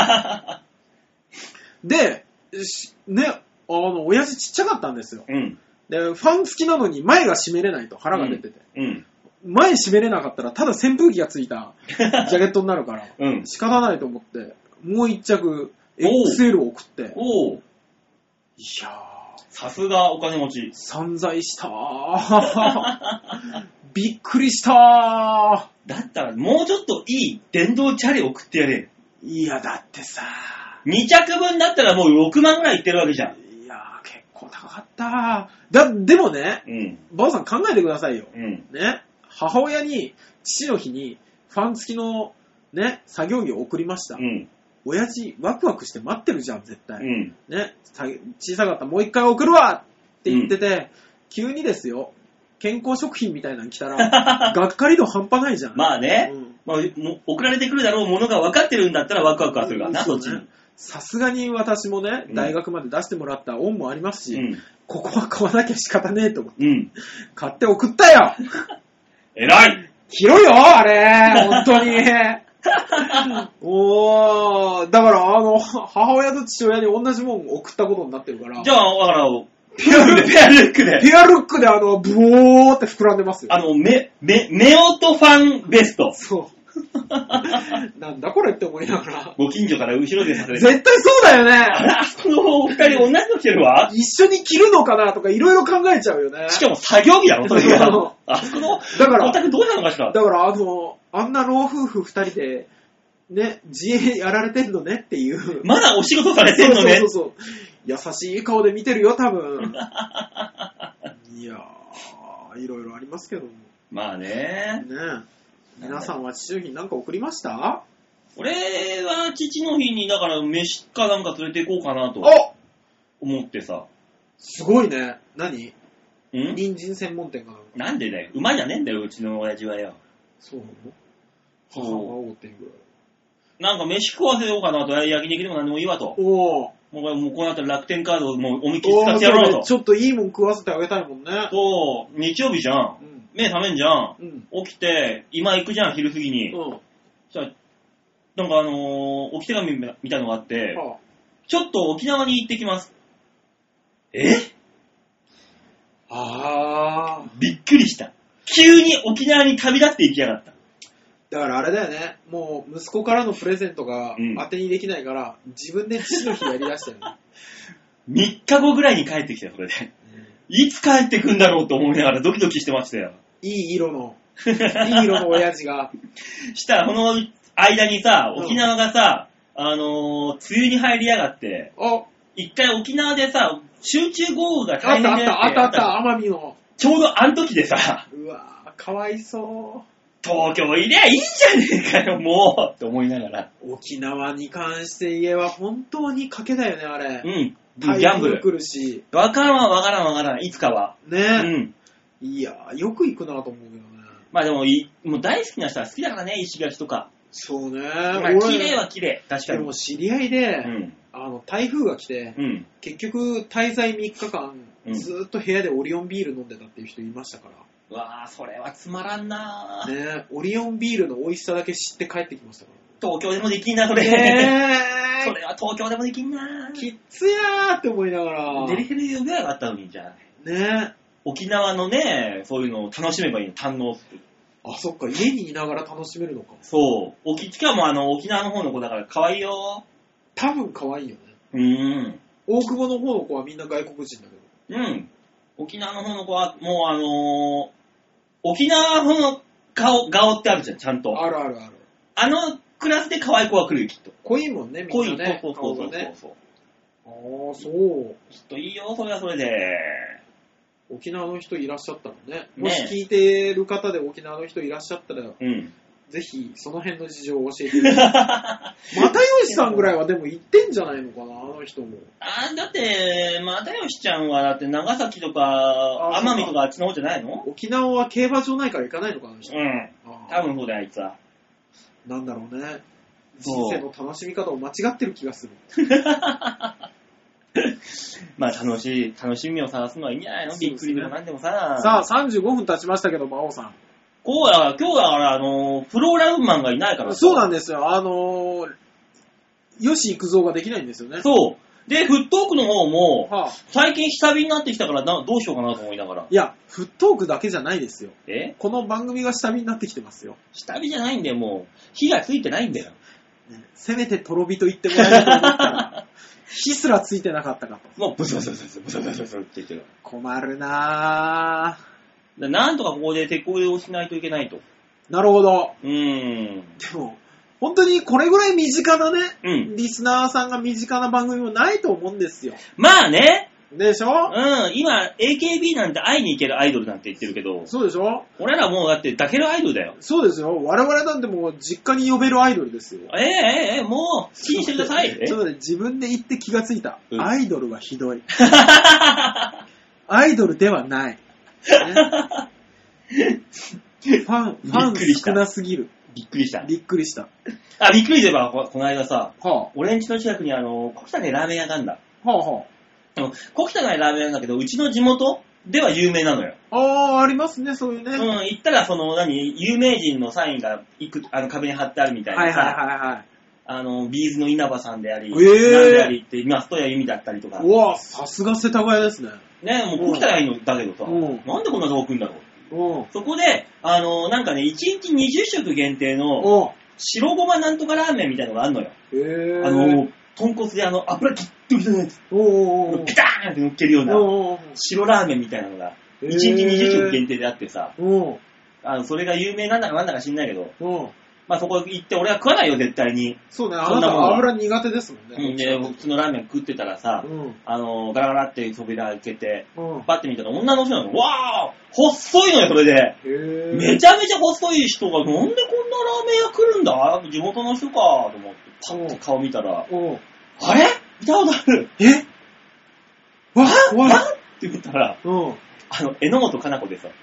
S3: で、ね、親父ちっちゃかったんですよ。うん。で、ファン付きなのに前が閉めれないと腹が出てて。うん。前閉めれなかったらただ扇風機がついたジャケットになるから、うん、仕方ないと思って、もう一着 XL を送って。おー。いやー。
S2: さすがお金持ち。
S3: 散財したー。びっくりしたー。
S2: だったらもうちょっといい電動チャリ送ってやれ。
S3: いや、だってさ
S2: 2着分だったらもう6万ぐらいいってるわけじゃん。
S3: いやー、結構高かったー。でもね、うん、バオさん考えてくださいよ。うん、ね。母親に父の日にファン付きのね、作業着を送りました。うん、親父ワクワクして待ってるじゃん、絶対。うん、ね。小さかったもう一回送るわって言ってて、うん、急にですよ。健康食品みたいなの来たら、がっかり度半端ないじゃん。
S2: まあね、うん、まあ、送られてくるだろうものが分かってるんだったらワクワクはするからな、そっちに。
S3: さすがに私もね、大学まで出してもらった恩もありますし、うん、ここは買わなきゃ仕方ねえと思って、うん、買って送ったよ
S2: 偉い
S3: 広いよ、あれ本当にだから母親と父親に同じもん送ったことになってるから。
S2: じゃあ、だから、ペアルックで。
S3: ペアルックでブオーって膨らんでますよ。
S2: メオトファンベスト。
S3: そう。なんだこれって思いながら。
S2: ご近所から後ろでさせる。
S3: 絶対そうだよね。
S2: あそこのお二人同じの着てるわ。
S3: 一緒に着るのかなとかいろいろ考えちゃうよね。
S2: しかも作業着やろ、それが。あそこの、
S3: だから、
S2: お宅どうなのかしら。
S3: だからあんな老夫婦二人で、ね、自営やられてんのねっていう。
S2: まだお仕事されてんのね。
S3: そう。優しい顔で見てるよ、多分。いやー、いろいろありますけども。
S2: まあね。
S3: 皆さんは父の日に何か送りました？
S2: 俺は父の日に、だから飯かなんか連れて行こうかなと思ってさ。
S3: すごいね。何？人参専門店かな。
S2: なんでだよ。馬じゃねえんだよ、うちの親父はよ。
S3: そうなの？母は大手ぐらい。
S2: なんか飯食わせようかなと、焼肉でも何でもいいわと。もうこうなったら楽天カードをもう思いっきり使ってやろうと。
S3: ちょっといいもん食わせてあげたいもんね。
S2: そう、日曜日じゃん。目覚めんじゃん。起きて、今行くじゃん、昼過ぎに。じゃあ、なんか置き手紙みたいのがあって、ちょっと沖縄に行ってきます。びっくりした。急に沖縄に旅立って行きやがった。
S3: だからあれだよね、もう息子からのプレゼントが当てにできないから、自分で父の日やりだしたよね。
S2: 3日後ぐらいに帰ってきたよ、それで。いつ帰ってくんだろうと思いながらドキドキしてましたよ。
S3: いい色の親父が。
S2: したら、この間にさ、沖縄がさ、梅雨に入りやがって、一回沖縄でさ、集中豪雨が大変だよって。
S3: あった、奄美の。
S2: ちょうどあの時でさ、
S3: うわぁ、かわいそう。
S2: 東京いりゃいいじゃねえかよ、もうって思いながら。
S3: 沖縄に関して言えば本当に賭けだよね、あれ。
S2: うん。
S3: ギャンブル来るし。
S2: わからん。いつかは。
S3: ねえ。いやー、よく行くなと思うけどね。
S2: まあでも、もう大好きな人は好きだからね、石垣とか。
S3: そうね。
S2: まあ綺麗は綺麗、確かに。
S3: でも知り合いで、台風が来て、結局滞在3日間、ずーっと部屋でオリオンビール飲んでたっていう人いましたから。
S2: うわぁ、それはつまらんなぁ。
S3: ねえ、オリオンビールの美味しさだけ知って帰ってきましたから。
S2: 東京でもできんな、それ。それは東京でもできんな
S3: きっつやーって思いながら。
S2: デリヘルぐらいはあったのに、じゃあ。
S3: ねえ。
S2: 沖縄のね、そういうのを楽しめばいいの、堪能する。
S3: あ、そっか、家にいながら楽しめるのか。
S2: そう。しかも沖縄の方の子だから可愛いよ。
S3: 多分可愛いよね。大久保の方の子はみんな外国人だけど。
S2: 沖縄の方の子は、もう沖縄の顔ってあるじゃん、ちゃんと。
S3: ある。
S2: クラスで可愛い子は来るよ、きっと。
S3: 濃いもんね、みんなね。
S2: そう。
S3: ああ、そう。
S2: きっといいよ、それはそれで。
S3: 沖縄の人いらっしゃったのね。もし聞いてる方で沖縄の人いらっしゃったら、 ぜひ、その辺の事情を教えてください。又吉さんぐらいはでも行ってんじゃないのかな、あの人も。
S2: だって、又吉ちゃんはだって長崎とか、奄美とかあっちの方じゃないの？
S3: 沖縄は競馬場ないから行かないのかな、あの人。
S2: うん。多分そうだよ、あいつは。
S3: なんだろうね。人生の楽しみ方を間違ってる気がする。
S2: まあ楽しみを探すのはいいんじゃないの？びっくりでもなんでもさ。
S3: さあ、35分経ちましたけど、魔王さん。
S2: 今日だからフローラウンマンがいないから。
S3: そうなんですよ。吉幾三ができないんですよね。
S2: そう。で、フットークの方も、最近下火になってきたからどうしようかなと思いながら。
S3: いや、フットークだけじゃないですよ。
S2: こ
S3: の番組が下火になってきてますよ。
S2: 下火じゃないんだよ、もう。火がついてないんだよ。
S3: せめてトロビと言ってもらえると思ったら、火すらついてなかったかと。
S2: もうブスブスブスブスブスブスって言ってる。
S3: 困るなぁ。
S2: なんとかここで手こ入れをしないといけないと。
S3: なるほど。
S2: で
S3: も、本当にこれぐらい身近なね、リスナーさんが身近な番組もないと思うんですよ。
S2: まあね。
S3: でしょ？
S2: 今、AKB なんて会いに行けるアイドルなんて言ってるけど。
S3: そうでしょ？
S2: 俺らもうだって抱けるアイドルだよ。
S3: そうですよ。我々なんてもう実家に呼べるアイドルですよ。
S2: もう、好きにしてください。
S3: ちょっとね、自分で言って気がついた。アイドルはひどい。アイドルではない。ね、ファン少なすぎる。
S2: びっくりした。
S3: びっくりした。
S2: びっくりすれば、この間さ、俺ん家の近くに小汚いラーメン屋があるんだ。小汚いラーメン屋なんだけど、うちの地元では有名なのよ。
S3: ありますね、そういうね。
S2: 行ったら、有名人のサインが壁に貼ってあるみたいなさ。ビーズの稲葉さんであり、なんでありって、松任谷由実だったりとか。
S3: うわ、さすが世田谷ですね。
S2: ね、もう小汚いのだけどさ、なんでこんなとこ来んだろう。そこで、なんかね、1日20食限定の、白ごまなんとかラーメンみたいなのがあるのよ。豚骨で油ギッときたやつ。ピターンって乗っけるような、白ラーメンみたいなのが、1日20食限定であってさ、それが有名なんだかなんだか知んないけど、まあそこ行って俺は食わないよ、絶対に。
S3: そうね、あなた油苦手ですもんね。
S2: で、普通のラーメン食ってたらさ、ガラガラって扉開けて、パッて見たら女の人なの。わー細いのよ、それで。めちゃめちゃ細い人が、なんでこんなラーメン屋来るんだ？地元の人かと思って、パッて顔見たら、あれ見たことある？わって言ったら、榎本かな子でさ、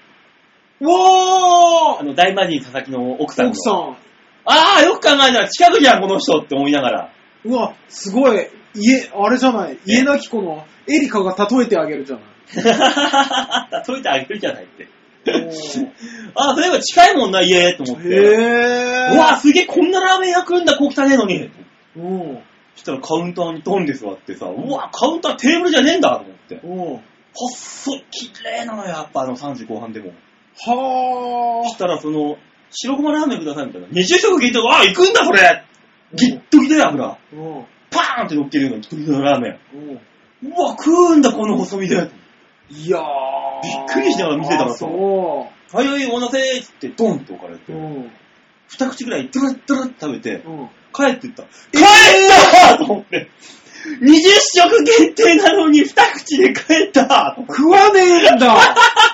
S2: 大魔人佐々木の奥さんの。よく考えたら近くじゃん、この人って思いながら。
S3: うわ、すごい。あれじゃない。家なき子のエリカが例えてあげるじゃない。
S2: 例えてあげるじゃないって。そういえば近いもんな、家と思って。うわ、すげえ、こんなラーメン屋来るんだ、こう汚ねえのに。そしたらカウンターにドンで座ってさ、うわ、カウンターテーブルじゃねえんだと思って。細い、綺麗なのよ、やっぱ3時後半でも。そしたら白ごまラーメンくださいみたいな。20食限定、行くんだそれギッときだよ、油。パーンって乗っけるようなギッときのラーメン。うわ、食うんだ、この細身で。
S3: いやー。
S2: びっくりしながら見てたらさ、はいはい、お待たせーってドンって置かれて、二口ぐらいドラッドラッ食べて、帰ってった。帰ったーと思って。20食限定なのに二口で帰ったー
S3: 食わねえんだ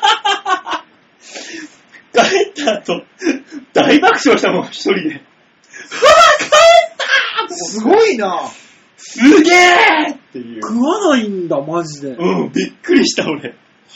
S2: 帰った後、大爆笑したもん、一人で。うわ、帰ったー
S3: すごいな。
S2: すげーっていう。
S3: 食わないんだ、マジで。
S2: びっくりした、俺。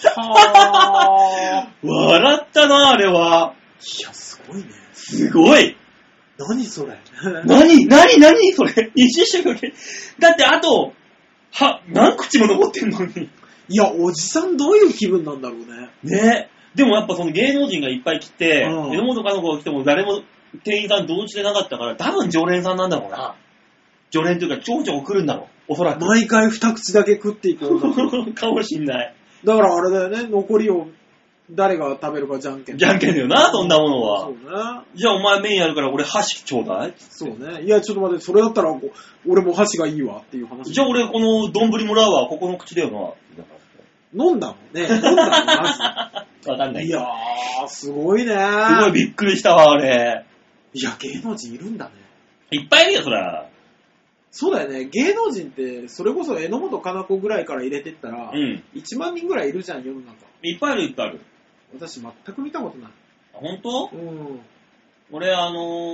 S2: 笑ったな、あれは。
S3: いや、すごいね。
S2: すごい。
S3: 何それ。
S2: 何それ。20食限定。だってあと、何口も残ってんのに。
S3: いや、おじさんどういう気分なんだろうね。
S2: ね。でもやっぱ芸能人がいっぱい来て、榎本かの子が来ても誰も店員さん同時でなかったから、多分常連さんなんだろうな。常連というか、ちょこちょこ来るんだろう。おそらく。
S3: 毎回二口だけ食っていこう
S2: かもしんない。
S3: だからあれだよね、残りを誰が食べるかじゃんけん。
S2: じゃんけんだよな、そんなものは。
S3: そうね。
S2: じゃあお前メインやるから俺箸ちょうだい。
S3: そうね。いや、ちょっと待って、それだったら俺も箸がいいわっていう話。
S2: じゃあ俺この丼もらうわ、ここの口だよな。
S3: 飲んだのね。飲んだのま
S2: ず。わかんない。
S3: いやー、すごいね。
S2: すごいびっくりしたわ、あれ。
S3: いや、芸能人いるんだね。
S2: いっぱいいるよ、そら。
S3: そうだよね。芸能人って、それこそ榎本かな子ぐらいから入れてったら、1万人ぐらいいるじゃん、世の中。
S2: いっぱいいる、いっぱいいる。
S3: 私全く見たことない。
S2: 本当？ 俺名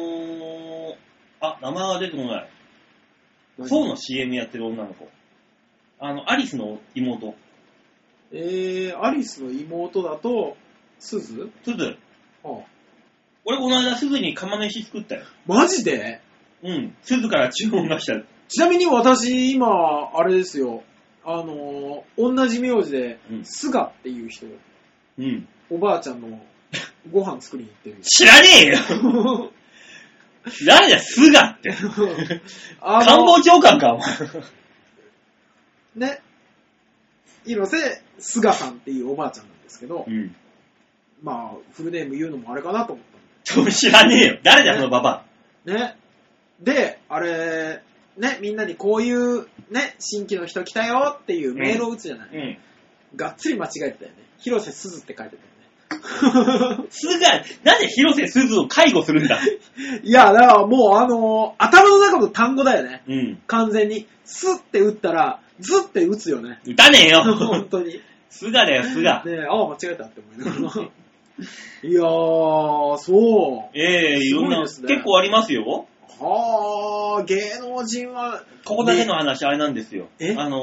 S2: 前が出てこない。そうの CM やってる女の子。アリスの妹。
S3: アリスの妹だと、すず。はあ、
S2: 俺この間すずに釜飯作ったよ。
S3: マジで？
S2: うん。すずから注文がした。
S3: ちなみに私、今、あれですよ。同じ名字で、すがっていう人。
S2: うん。
S3: おばあちゃんのご飯作りに行ってる。
S2: 知らねえよ誰だよ、すがって。官房長官か、お前。
S3: ね。広瀬すがさんっていうおばあちゃんなんですけど、うん、まあ、フルネーム言うのもあれかなと思った
S2: んで。知らねえよ。誰だよ、そのババ
S3: ア。ね。で、あれ、ね、みんなにこういう、ね、新規の人来たよっていうメールを打つじゃない。うん。がっつり間違えてたよね。広瀬すずって書いてたよね。
S2: すが、なんで広瀬すずを介護するんだ
S3: いや、だからもう頭の中の単語だよね。
S2: うん。
S3: 完全に。すって打ったら、ずって打つよね。
S2: 打たねえよ
S3: 本当に。
S2: すがだよ、すが。
S3: ねえ、間違えたって思いながら。いやー、そう。
S2: いろんな、結構ありますよ。
S3: はー、芸能人は。
S2: ここだけの話、あれなんですよ。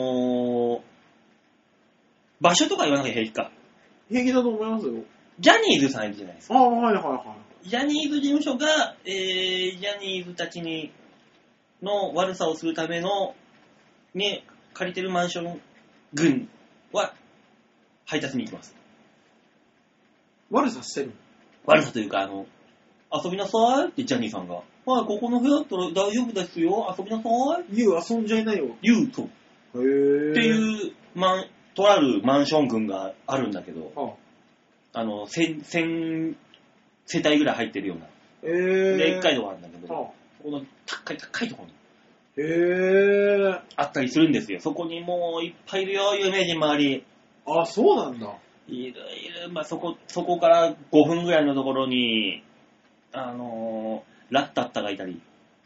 S2: 場所とか言わなきゃ平気か。
S3: 平気だと思いますよ。
S2: ジャニーズさんいるじゃないですか。
S3: はいはいはい。
S2: ジャニーズ事務所が、ジャニーズたちの悪さをするための、ね、借りてるマンション群は、配達に行きます。
S3: 悪さしてる？
S2: 悪さというか、遊びなさいってジャニーさんが。はい、ここの部屋だったら大丈夫ですよ。遊びなさい。
S3: 遊んじゃいなよ。
S2: 言うと。っていう、とあるマンション群があるんだけど、1000世帯ぐらい入ってるような。で、1階とかあるんだけど、この高いところに。あったりするんですよ。そこにもういっぱいいるよ、有名人周り。
S3: あ、そうなんだ。
S2: いる。まあ、そこから5分ぐらいのところに、ラッタッタがいたり。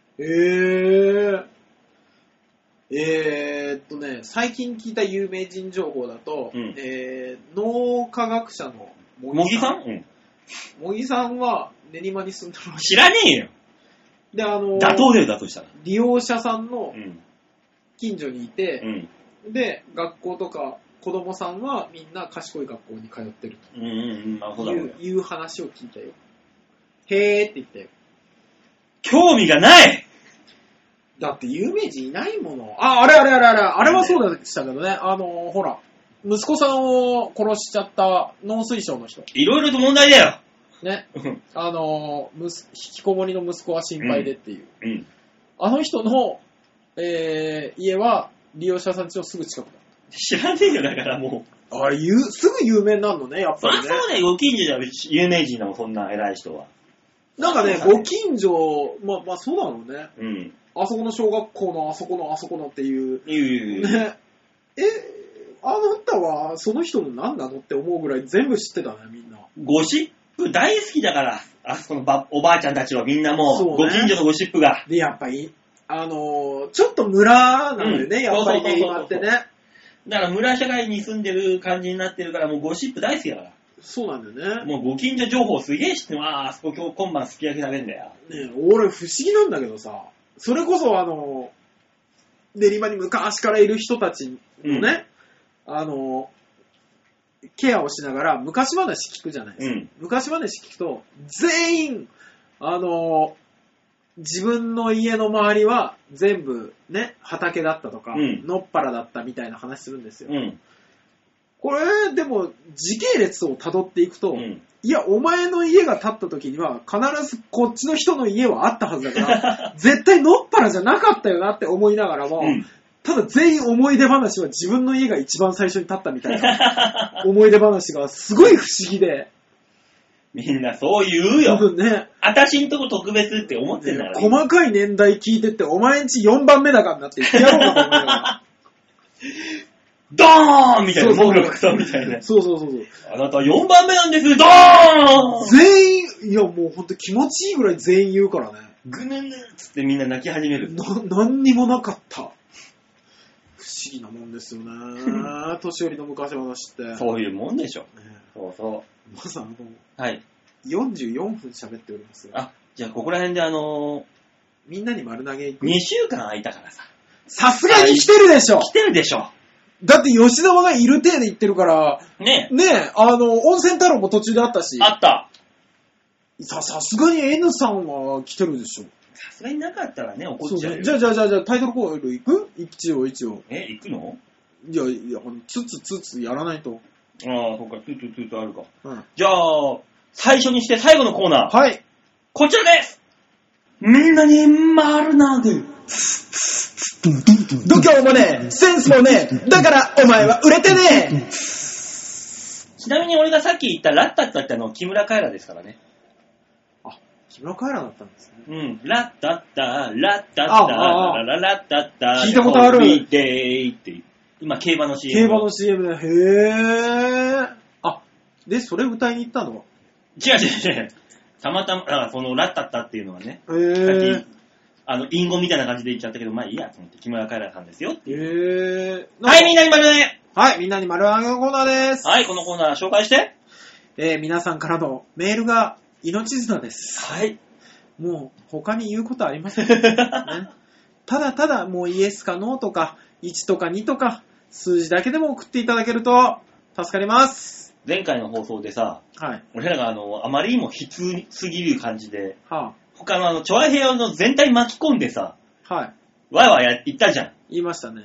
S3: 最近聞いた有名人情報だと、脳科学者の
S2: 茂木さん？うん。
S3: 茂木さんは練馬に住んでるらしい。
S2: 知らねえよ。
S3: で、
S2: 妥当だよ、だとしたら。
S3: 利用者さんの近所にいて、で、学校とか子供さんはみんな賢い学校に通ってるという話を聞いたよ。へーって言ったよ。
S2: 興味がない。
S3: だって有名人いないもの。あれはそうでしたけどね。ほら、息子さんを殺しちゃった農水省の人。
S2: いろいろと問題だよ。
S3: ね。引きこもりの息子は心配でっていう。あの人の、家は利用者さん家のすぐ近くだ。
S2: 知らねえよ、だからもう。
S3: すぐ有名になるのね、やっぱりね。
S2: そうだよ、ご近所じゃ有名人だもん、そんな偉い人は。
S3: なんかね、ご近所、まあそうだろうね。
S2: うん。
S3: あそこの小学校のあそこのっていう。ね。あなたはその人の何なのって思うぐらい全部知ってたね、みんな。
S2: ゴシップ大好きだから、あそこのおばあちゃんたちはみんなもう、ご近所のゴシップが。
S3: で、やっぱり、ちょっと村なのよね、やっぱりね、今ってね。
S2: だから村社会に住んでる感じになってるから、もうゴシップ大好きだから。
S3: そうなんだよね。
S2: もうご近所情報すげえ知ってあそこ今日今晩すき焼き食べんだよ。
S3: ねえ、俺不思議なんだけどさ、それこそ練馬に昔からいる人たちのね、ケアをしながら昔話聞くじゃないですか。昔話聞くと、全員、自分の家の周りは全部ね、畑だったとか、野っ原だったみたいな話するんですよ。これ、でも、時系列を辿っていくと、いや、お前の家が建った時には、必ずこっちの人の家はあったはずだから、絶対野っ原じゃなかったよなって思いながらも、ただ全員思い出話は自分の家が一番最初に建ったみたいな思い出話がすごい不思議で。
S2: みんなそう言うよ。
S3: ね。
S2: あたしんとこ特別って思ってんだから。
S3: 細かい年代聞いてって、お前んち4番目だからなって言ってやろうかと思いながら。
S2: ドーンみたいな、モグロクソみたいな。
S3: そう。
S2: あなた4番目なんです、ドーン
S3: 全員、いやもうほんと気持ちいいぐらい全員言うからね。
S2: ぐぬぬっつってみんな泣き始める。
S3: 何にもなかった。不思議なもんですよね。年寄りの昔話って。
S2: そういうもんでしょ。そう。
S3: まず
S2: はい。
S3: 44分喋っております。
S2: あ、 じゃあここら辺で
S3: みんなに丸投げ行く。
S2: 2週間空いたからさ。
S3: さすがに来てるでしょ。
S2: 来てるでしょ。
S3: だって吉沢がいる体で言ってるから、
S2: ね
S3: 温泉太郎も途中であったし。
S2: あった。
S3: さすがに N さんは来てるでしょ。
S2: さすがになかったらね、怒っちゃうよ。
S3: じゃあ、タイトルコール行く？一応。
S2: 行くの？
S3: いや、つつやらないと。
S2: ああ、そっか、つあるか。
S3: うん。
S2: じゃあ、最初にして最後のコーナー。
S3: はい。
S2: こちらです。みんなに丸投げ。
S3: 度胸もね、センスもね、だからお前は売れてね。
S2: ちなみに俺がさっき言ったラッタッタって木村カエラですからね。
S3: あ、木村カエラだったんですね。
S2: うん。ラッタッタ、ラッタッタ、ラッタッタ。
S3: 聞いたことある。
S2: って今、競馬の CM。
S3: 競馬の CM で、へー。あ、で、それ歌いに行ったの？
S2: 違う。たまたま、そのラッタッタっていうのはね、
S3: へー。
S2: さっき、隠語みたいな感じで言っちゃったけど、まあいいや、と思って木村カエラさんですよ。
S3: へー。
S2: はい、みんなに丸投げ。
S3: はい、みんなに丸投げのコーナーです。
S2: はい、このコーナー紹介して。
S3: 皆さんからのメールが命綱です。
S2: はい。
S3: もう他に言うことありません、ね。ただもうイエスかノーとか1とか2とか数字だけでも送っていただけると助かります。
S2: 前回の放送でさ、
S3: はい、
S2: 俺らがあまりにも悲痛すぎる感じで、
S3: はあ、
S2: 他のチョアヘヨの全体巻き込んでさ、
S3: はい、
S2: わいわい言ったじゃん。
S3: 言いましたね。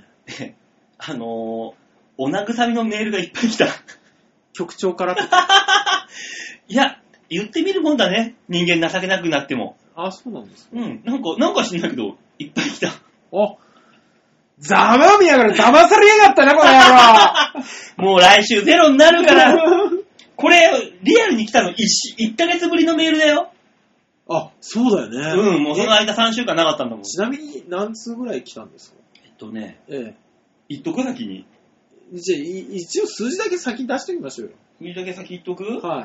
S2: お慰めのメールがいっぱい来た。
S3: 局長からと
S2: か。いや、言ってみるもんだね。人間情けなくなっても。
S3: あ、そうなんですか。
S2: うん。なんか知んないけど、いっぱい来た。
S3: あ、ざまみやがる、騙されやがったね、この野郎。
S2: もう来週ゼロになるから。これ、リアルに来たの 1ヶ月ぶりのメールだよ。
S3: あ、そうだよね。
S2: うん、もうその間3週間なかったんだもん。
S3: ちなみに何通ぐらい来たんですか？
S2: 言っとく先に。
S3: じゃあ、一応数字だけ先に出しておきましょうよ。
S2: 数字だけ先言っとく？
S3: はい。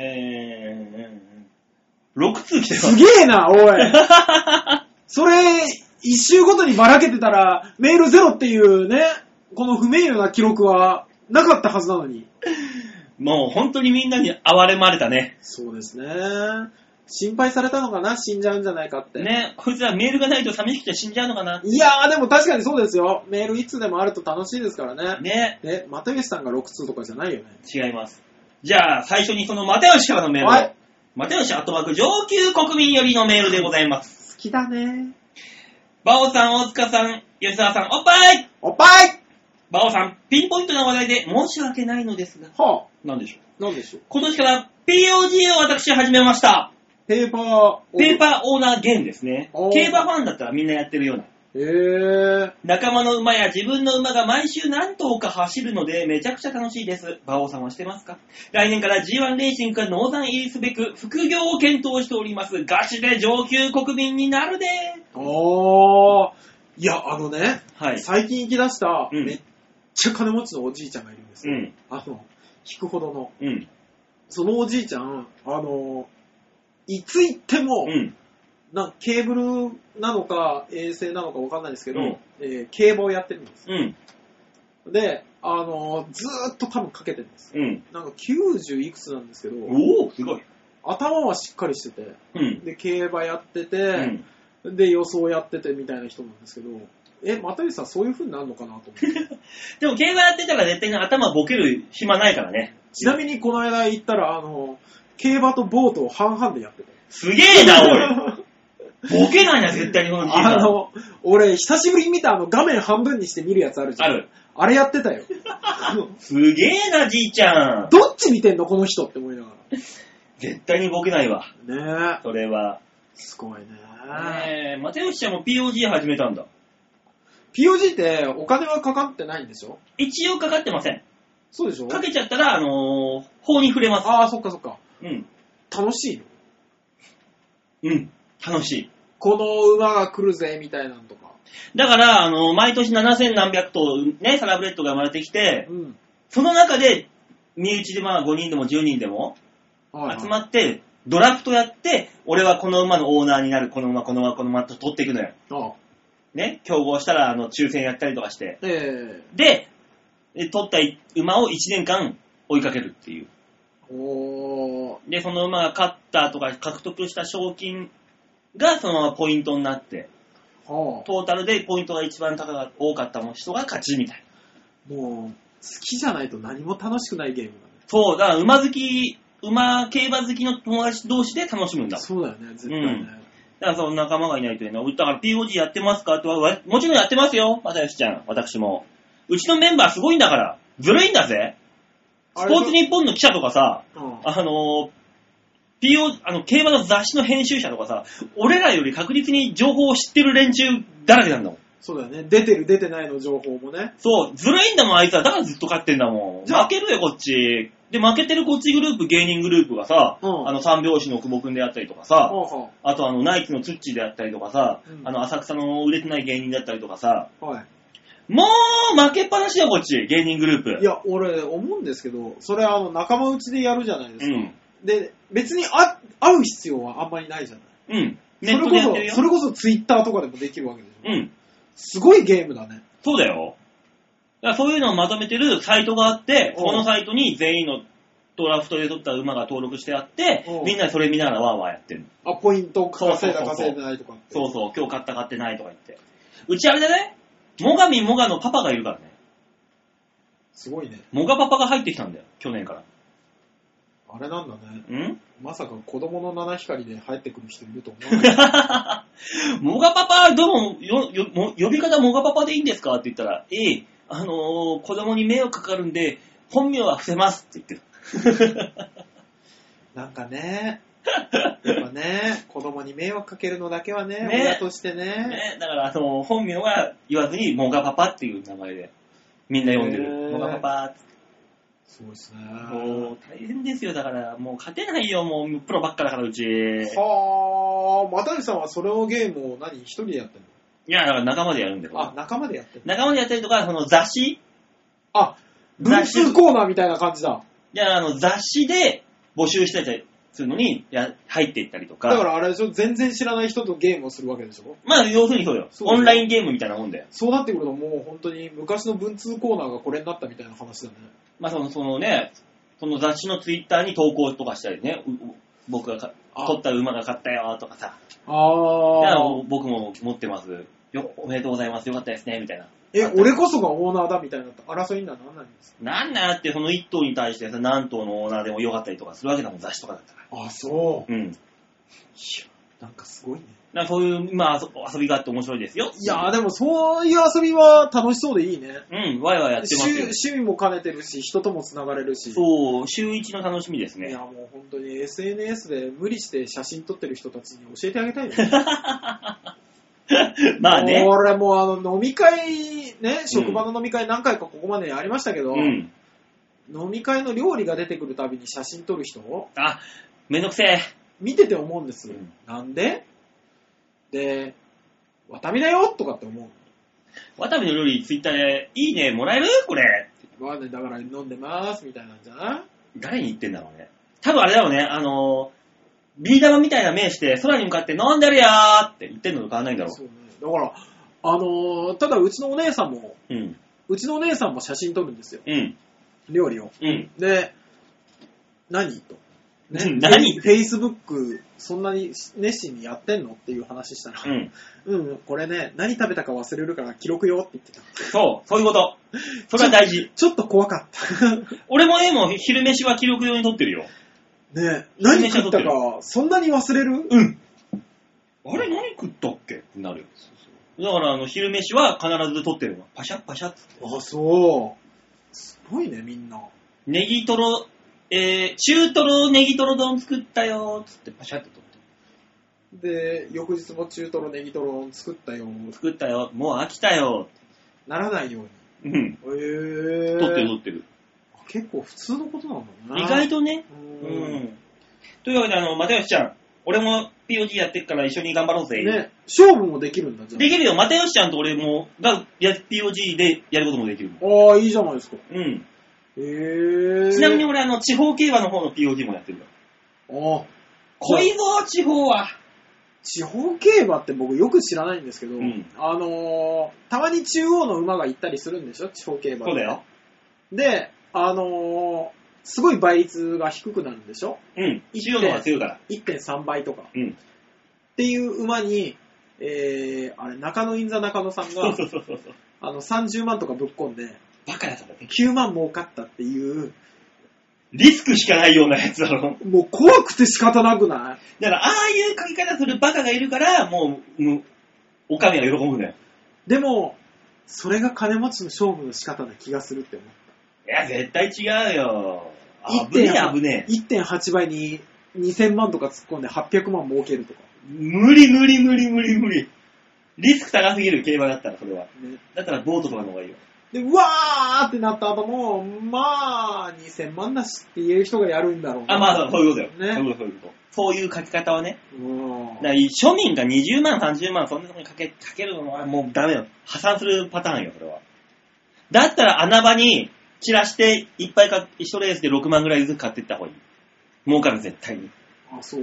S2: 6通来てる。
S3: すげえな、おい。それ、一週ごとにばらけてたら、メールゼロっていうね、この不名誉な記録はなかったはずなのに。
S2: もう本当にみんなに哀れまれたね。
S3: そうですね。心配されたのかな、死んじゃうんじゃないかって。
S2: ね、こいつらメールがないと寂しくて死んじゃうのかな。
S3: いやー、でも確かにそうですよ。メールいつでもあると楽しいですからね。
S2: ね。
S3: 又吉さんが6通とかじゃないよね。
S2: 違います。じゃあ、最初にその又吉からのメールを。はい。又吉@上級国民よりのメールでございます。
S3: 好きだね。
S2: バオさん、大塚さん、吉沢さん、おっぱい
S3: おっぱい
S2: バオさん、ピンポイントな話題で申し訳ないのですが。
S3: はあ。
S2: なんでしょう。
S3: なんでしょう。
S2: 今年から POG を私始めました。ペーパーオーナーゲームですね。競馬ファンだったらみんなやってるような。仲間の馬や自分の馬が毎週何頭か走るのでめちゃくちゃ楽しいです。馬王さんはしてますか？来年から G1 レーシングからノーザン入りすべく副業を検討しております。ガチで上級国民になるで。
S3: いや、はい、最近行き出した、めっちゃ金持ちのおじいちゃんがいるんですよ。引くほどの。そのおじいちゃん、いつ行っても、ケーブルなのか衛星なのかわかんないですけど、競馬をやってるんです。で、ずーっと多分かけてるんです。なんか90いくつなんですけど、
S2: おー、すごい。
S3: 頭はしっかりしてて、で、競馬やってて、で、予想やっててみたいな人なんですけど、又吉さんそういう風になるのかなと思って。
S2: でも競馬やってたら絶対に頭ボケる暇ないからね。
S3: ちなみにこの間行ったら、競馬とボートを半々でやってて。
S2: すげえな、おい。ボケないな、絶対にこのじいさん。
S3: 俺、久しぶりに見た画面半分にして見るやつあるじゃん。ある。あれやってたよ。
S2: すげえな、じいちゃん。
S3: どっち見てんの、この人って思いながら。
S2: 絶対にボケないわ。
S3: ねえ。
S2: それは。
S3: すごいね。
S2: 又吉ちゃんも POG 始めたんだ。
S3: POG ってお金はかかってないんでしょ？
S2: 一応かかってません。
S3: そうでしょ？
S2: かけちゃったら、法に触れます。
S3: ああ、そっかそっか。楽しい
S2: の？楽しい。
S3: この馬が来るぜ、みたいなのとか。
S2: だから、毎年7000何百頭ね、サラブレッドが生まれてきて、その中で、身内で5人でも10人でも、集まって、ドラフトやって、俺はこの馬のオーナーになる、この馬と取っていくのよ。ね、競合したら、抽選やったりとかして。で、取った馬を1年間追いかけるっていう。 で、その馬が勝ったとか獲得した賞金がそのままポイントになって、トータルでポイントが一番多かった人が勝ちみたい
S3: な。もう、好きじゃないと何も楽しくないゲームだね。
S2: そう、だから競馬好きの友達同士で楽しむんだ。
S3: そうだよね、絶対ね。
S2: だからその仲間がいないというのは、だから POG やってますかってもちろんやってますよ、又吉ちゃん、私も。うちのメンバーすごいんだから、ずるいんだぜ。スポーツ日本の記者とかさ、競馬の雑誌の編集者とかさ、俺らより確実に情報を知ってる連中だらけなんだもん。
S3: そうだよね。出てる出てないの情報もね。
S2: そう、ずるいんだもん、あいつは。だからずっと勝ってんだもん。負けるよ、こっち。で、負けてるこっちグループ、芸人グループがさ、三拍子の久保くんであったりとかさ、あとナイツのツッチーであったりとかさ、浅草の売れてない芸人であったりとかさ、もう負けっぱなしよ、こっち、芸人グループ。
S3: いや、俺、思うんですけど、それ仲間内でやるじゃないですか。で、別に会う必要はあんまりないじゃない。ネットでやってるよ。それこそツイッターとかでもできるわけでしょ。すごいゲームだね。
S2: そうだよ。だからそういうのをまとめてるサイトがあって、このサイトに全員のドラフトで取った馬が登録してあって、みんなそれ見ながらワーワーやってる
S3: の。ポイント稼いだ稼いでないとか。
S2: そうそう、今日買った買ってないとか言って。うちあれだね、モガミモガのパパがいるからね。
S3: すごいね。
S2: モガパパが入ってきたんだよ、去年から。
S3: あれなんだね。まさか子供の七光で入ってくる人いると思わない。
S2: モガパパ、どうも、呼び方モガパパでいいんですかって言ったら、子供に迷惑かかるんで、本名は伏せますって言ってる。
S3: なんかね、やっぱね、子供に迷惑かけるのだけはね、親としてね。
S2: だから本名は言わずに、モガパパっていう名前で、みんな呼んでる。モガパパって。
S3: そうですね。
S2: もう大変ですよ。だからもう勝てないよ。もうプロばっかだからうち。
S3: はぁ、又吉さんはそれをゲームを一人でやってるの？
S2: いや、だから仲間でやるんだよ。
S3: 仲間でやってる。
S2: 仲間でやったりとか、その雑誌？
S3: 文通コーナーみたいな感じだ。
S2: いや、雑誌で募集してたりするのに入っていったりとか。
S3: だからあれでしょ、全然知らない人とゲームをするわけでしょ。
S2: まあ要するにそうよ。オンラインゲームみたいなもんだよ。
S3: そうなってくるともう本当に昔の文通コーナーがこれになったみたいな話だね。
S2: まあそのね、その雑誌のツイッターに投稿とかしたりね、僕が取った馬が勝ったよとかさ。僕も持ってます。おめでとうございます。よかったですねみたいな。
S3: 俺こそがオーナーだみたいな争いにならないんですか？
S2: なんだよって、その1頭に対してさ、何頭のオーナーでもよかったりとかするわけだもん、雑誌とかだったら。
S3: そう。
S2: うん。
S3: なんかすごいね。
S2: そういう遊びがあって面白いですよ。
S3: いやでもそういう遊びは楽しそうでいいね。
S2: ワイワイやってますよ。
S3: 趣味も兼ねてるし、人とも繋がれるし。
S2: そう、週一の楽しみですね。
S3: いやもう本当に SNS で無理して写真撮ってる人たちに教えてあげたいね。
S2: まあね。
S3: 俺も飲み会ね、職場の飲み会何回かここまでやりましたけど、飲み会の料理が出てくるたびに写真撮る人
S2: めんどくせえ。
S3: 見てて思うんです。なんで？で、ワタミだよとかって思う。
S2: ワタミの料理ツイッターでいいねもらえるこれ。
S3: だから飲んでますみたいなんじゃない？誰
S2: に言ってんだろうね。多分あれだろうね。ビー玉みたいな目して空に向かって飲んでるよーって言ってんのと変わんないんだろう。
S3: そうね。だから、ただうちのお姉さんも、うちのお姉さんも写真撮るんですよ。料理を。で、何と。
S2: 何？
S3: Facebook そんなに熱心にやってんのっていう話したら、これね、何食べたか忘れるから記録よって言ってた。
S2: そういうこと。それは大事。
S3: ちょっと怖かった。
S2: 俺ももう昼飯は記録用に撮ってるよ。
S3: ねえ、何食ったかそんなに忘れる？
S2: あれ何食ったっけってなるよ。だから昼飯は必ず撮ってるの。パシャッパシャッって。
S3: そう。すごいね、みんな。
S2: ネギトロ、中トロネギトロ丼作ったよーつってパシャッと撮って。
S3: で、翌日も中トロネギトロ作ったよ。
S2: もう飽きたよ。
S3: ならないように。
S2: 撮ってる。
S3: 結構普通のことなんだな。
S2: 意外とね。というわけで、又吉ちゃん、俺も POG やってっから一緒に頑張ろうぜ。
S3: ね、勝負もできるんだじゃん。
S2: できるよ。又吉ちゃんと俺もPOG でやることもできる。
S3: いいじゃないですか。
S2: ちなみに俺地方競馬の方の POG もやってるよ。濃いぞ地方は。
S3: 地方競馬って僕よく知らないんですけど、たまに中央の馬が行ったりするんでしょ、地方競馬で。
S2: そうだよ。
S3: で、 すごい倍率が低くなるんでしょ？
S2: うん。強いのが強いから。
S3: 1.3 倍とか。
S2: うん。
S3: っていう馬に、あれ、中野インザ中野さんが、30万とかぶっ込んで、
S2: バカだからね。
S3: 9万儲かったっていう、
S2: リスクしかないようなやつだろ。
S3: もう怖くて仕方なくない？
S2: だから、ああいう書き方するバカがいるから、もう、お上が喜ぶんだよ。
S3: でも、それが金持ちの勝負の仕方な気がするって思った。
S2: いや、絶対違うよ。危ねえ。
S3: 1.8 倍に2000万とか突っ込んで800万儲けるとか。
S2: 無理。リスク高すぎる競馬だったら、それは。ね、だったらボートとかの方がいいよ。
S3: で、うわーってなった後も、まあ、2000万だしって言える人がやるんだろうな。
S2: まあ、そういうことだよ。
S3: ね。
S2: そういうこと。そういう書き方はね。だから庶民が20万、30万、そんなとこにかけるのはもうダメよ。破産するパターンよ、それは。だったら穴場に散らして、いっぱい1レースで6万ぐらいずつ買っていった方がいい。儲かる、絶対に。
S3: あ、そう。うん。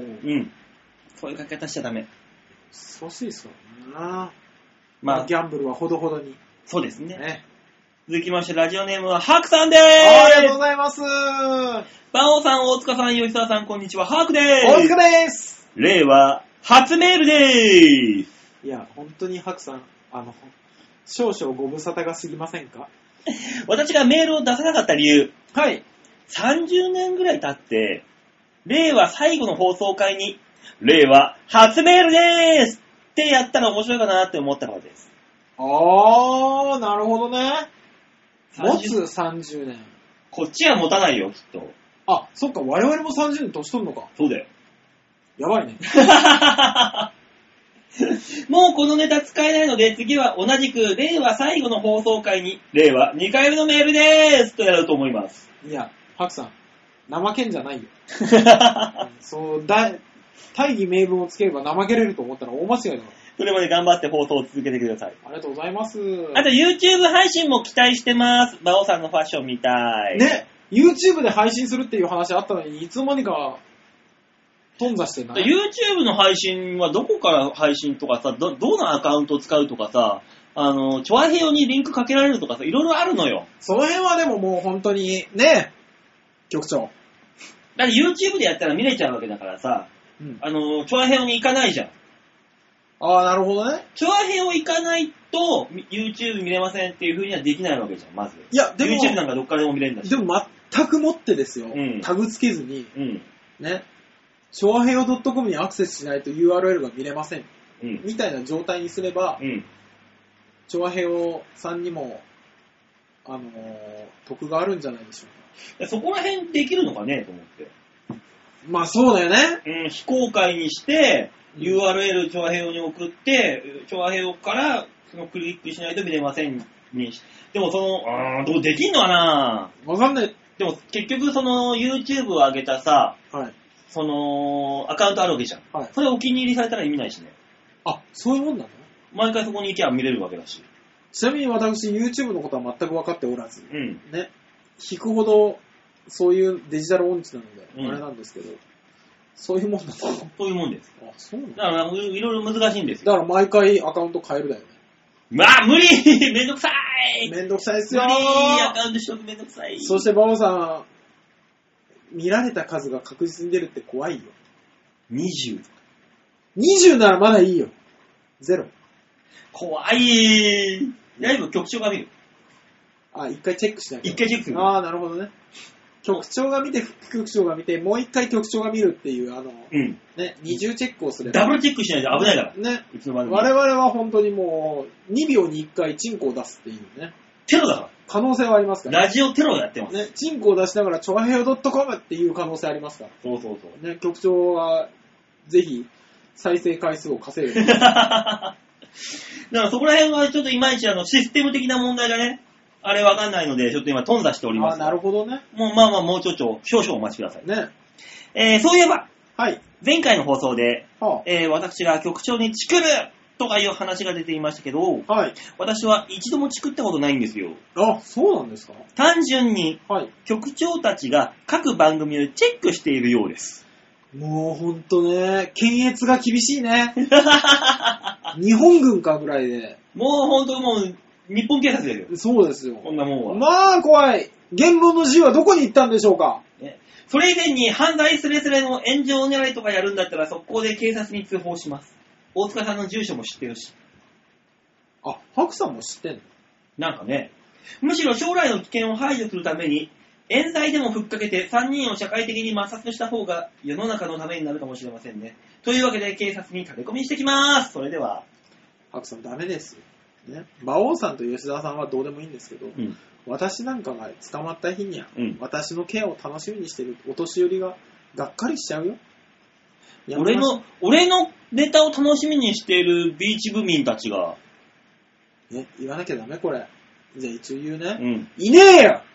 S2: そういう書き方しちゃダメ。
S3: そうしいですからな。まあ、ギャンブルはほどほどに。
S2: そうですね。続きまして、ラジオネームはハークさんでーす。
S3: ありがとうございます。
S2: バオさん、大塚さん、吉沢さん、こんにちは。ハークでーす。
S3: 大塚でーす。
S2: 令和初メールでーす。
S3: いや、本当にハークさん、少々ご無沙汰が過ぎませんか？
S2: 私がメールを出さなかった理由。
S3: はい。
S2: 30年ぐらい経って、令和最後の放送回に、令和初メールでーすってやったら面白いかなって思ったからです。
S3: あー、なるほどね。持つ30年。
S2: こっちは持たないよ、きっと。
S3: あ、そっか、我々も30年年取るのか。
S2: そうだよ。
S3: やばいね。
S2: もうこのネタ使えないので、次は同じく、令和最後の放送回に、令和2回目のメールでーすとやると思います。
S3: いや、ハクさん、怠けんじゃないよ。そう、大義名分をつければ怠けれると思ったら大間違いだから。
S2: それまで頑張って放送を続けてください。
S3: ありがとうございます。
S2: あと YouTube 配信も期待してます。馬王さんのファッション見たい。
S3: ね、YouTube で配信するっていう話あったのに、いつの間にか、頓挫してない。
S2: YouTube の配信はどこから配信とかさ、どのアカウントを使うとかさ、チョアヘヨにリンクかけられるとかさ、いろいろあるのよ。
S3: その辺はでももう本当に、ね、局長。
S2: だって YouTube でやったら見れちゃうわけだからさ、チョアヘヨに行かないじゃん。
S3: ああ、なるほどね。
S2: チョアヘヨ行かないと YouTube 見れませんっていう風にはできないわけじゃん、まず。
S3: いや、でも
S2: YouTube なんかどっからでも見れるんだし。
S3: でも全くもってですよ。タグつけずに、ね、チョアヘヨ .com にアクセスしないと URL が見れません。みたいな状態にすれば、チョアヘヨさんにも、得があるんじゃないでしょ
S2: うか。そこら辺できるのかねと思って。
S3: まあそうだよね。
S2: 非公開にして、URL チョアヘヨに送って、チョアヘヨからそのクリックしないと見れませんにし。でもどうできんのかな？
S3: わかんない。
S2: でも結局その YouTube を上げたさ、
S3: はい、
S2: そのアカウントあるわけじゃん。はい、それお気に入りされたら意味ないしね。
S3: あ、そういうもんなの？
S2: 毎回そこに行けば見れるわけだし。
S3: ちなみに私 YouTube のことは全く分かっておらず、ね、引くほどそういうデジタル音痴なので、あれなんですけど、そういうもんだと。
S2: そういうもんです。
S3: あ、そうなん
S2: だからいろいろ難しいんですよ。
S3: だから毎回アカウント変えるだよね。
S2: まあ無理めんどくさい
S3: めんどくさいですよ
S2: 無理アカウントしとくめんどくさい。
S3: そしてバオさん、見られた数が確実に出るって怖いよ。
S2: 20。
S3: 20ならまだいいよ。0。
S2: 怖い。だいぶ局長が見る。
S3: あ、一回チェックしなきゃ。
S2: 一回チェックする。
S3: ああ、なるほどね。局長が見て、副局長が見て、もう一回局長が見るっていう、ね、二重チェックをすれば。
S2: ダブルチェックしないと危ないから。
S3: ね。我々は本当にもう、2秒に1回チンコを出すっていうね。
S2: テロだから。
S3: 可能性はありますから。
S2: ラジオテロをやってます。
S3: ね、チンコを出しながら、チョアヘヨ .com っていう可能性ありますから。
S2: そうそうそう。
S3: ね、局長は、ぜひ、再生回数を稼いで。だ
S2: からそこら辺はちょっといまいちシステム的な問題がね、あれわかんないので、ちょっと今頓挫しております。
S3: あ、なるほどね。
S2: もうまあもうちょっと少々お待ちください。
S3: ね。
S2: そういえば、
S3: はい。
S2: 前回の放送で、私が局長にチクるとかいう話が出ていましたけど、
S3: はい。
S2: 私は一度もチクったことないんですよ。
S3: あ、そうなんですか？
S2: 単純に、
S3: はい。
S2: 局長たちが各番組をチェックしているようです。
S3: もうほんとね、検閲が厳しいね。日本軍かぐらいで。
S2: もうほんともう、日本警察ですよ。
S3: そうですよ。
S2: こんなもんは。
S3: まあ怖い。言論の自由はどこに行ったんでしょうか？
S2: それ以前に犯罪スレスレの炎上狙いとかやるんだったら速攻で警察に通報します。大塚さんの住所も知ってるし。
S3: あ、ハクさんも知ってんの？
S2: なんかね、むしろ将来の危険を排除するために、冤罪でもふっかけて3人を社会的に抹殺した方が世の中のためになるかもしれませんね。というわけで警察に駆け込みしてきます。それでは。
S3: ハクさんダメですよ。ね。馬王さんと吉田さんはどうでもいいんですけど、私なんかが捕まった日には、私のケアを楽しみにしてるお年寄りががっかりしちゃうよ。
S2: 俺のネタを楽しみにしているビーチ部民たちが。
S3: ね、言わなきゃダメこれ。じゃあ一応言うね。いねえよ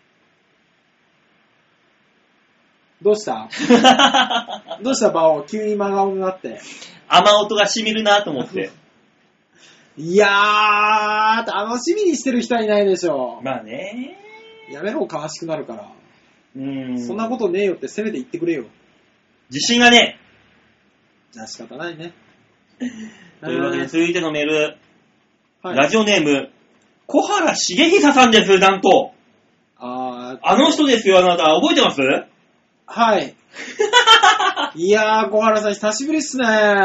S3: どうしたどうした馬王急に真顔になって。
S2: 雨音が染みるなと思って。
S3: いやー、楽しみにしてる人はいないでしょ。
S2: まあね。
S3: やめろ、悲しくなるから。そんなことねえよってせめて言ってくれよ。
S2: 自信がねえ。
S3: じゃあ仕方ないね。
S2: というわけで続いてのメール。はい、ラジオネーム、小原茂久さんです、なんと。あの人ですよ、あなた。覚えてます？
S3: はい。いやー、小原さん久しぶりっすね。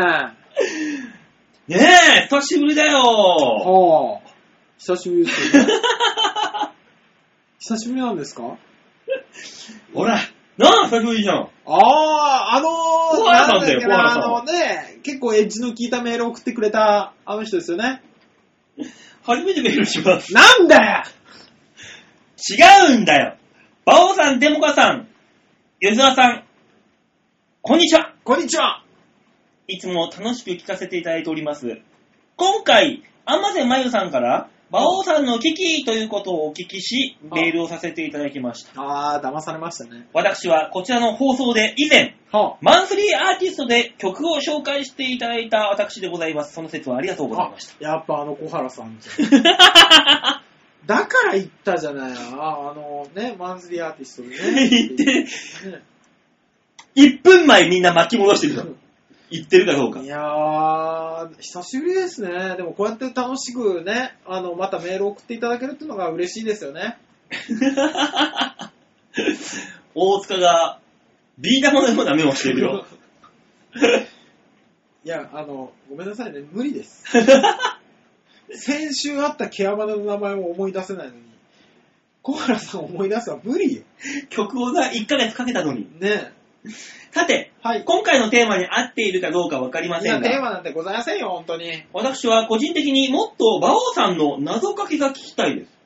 S2: ねえ、久しぶりだよ。
S3: 久しぶりですよね。久しぶりなんですか？
S2: ほら、なあ、久しぶりじゃん。
S3: 小原さんだよ、小原さん。ね、結構エッジの効いたメールを送ってくれたあの人ですよね。
S2: 初めてメールします。
S3: なんだよ！
S2: 違うんだよ。馬王さん、デモカさん、吉沢さん、こんにちは。
S3: こんにちは。
S2: いつも楽しく聞かせていただいております。今回、天瀬まゆさんから、馬王さんの危機ということをお聞きし、メールをさせていただきました。
S3: 騙されましたね。
S2: 私はこちらの放送で以前、マンスリーアーティストで曲を紹介していただいた私でございます。その説はありがとうございました。
S3: やっぱ小原さんじゃん。だから言ったじゃない。マンスリーアーティストでね。
S2: 言って、1分前みんな巻き戻してるの。言ってるかどうか。
S3: いやー、久しぶりですね。でもこうやって楽しくね、またメールを送っていただけるっていうのが嬉しいですよね。
S2: 大塚が、ビー玉のような目をしてるよ。
S3: いや、ごめんなさいね、無理です。先週あったケアマネの名前を思い出せないのに、小原さんを思い出すのは無理よ。
S2: 曲を1ヶ月かけたのに。
S3: ねえ。
S2: さて、はい、今回のテーマに合っているかどうかわかりませんが。
S3: いや、テーマなんてございませんよ、本当に。
S2: 私は個人的にもっと馬王さんの謎かけが聞きたいです。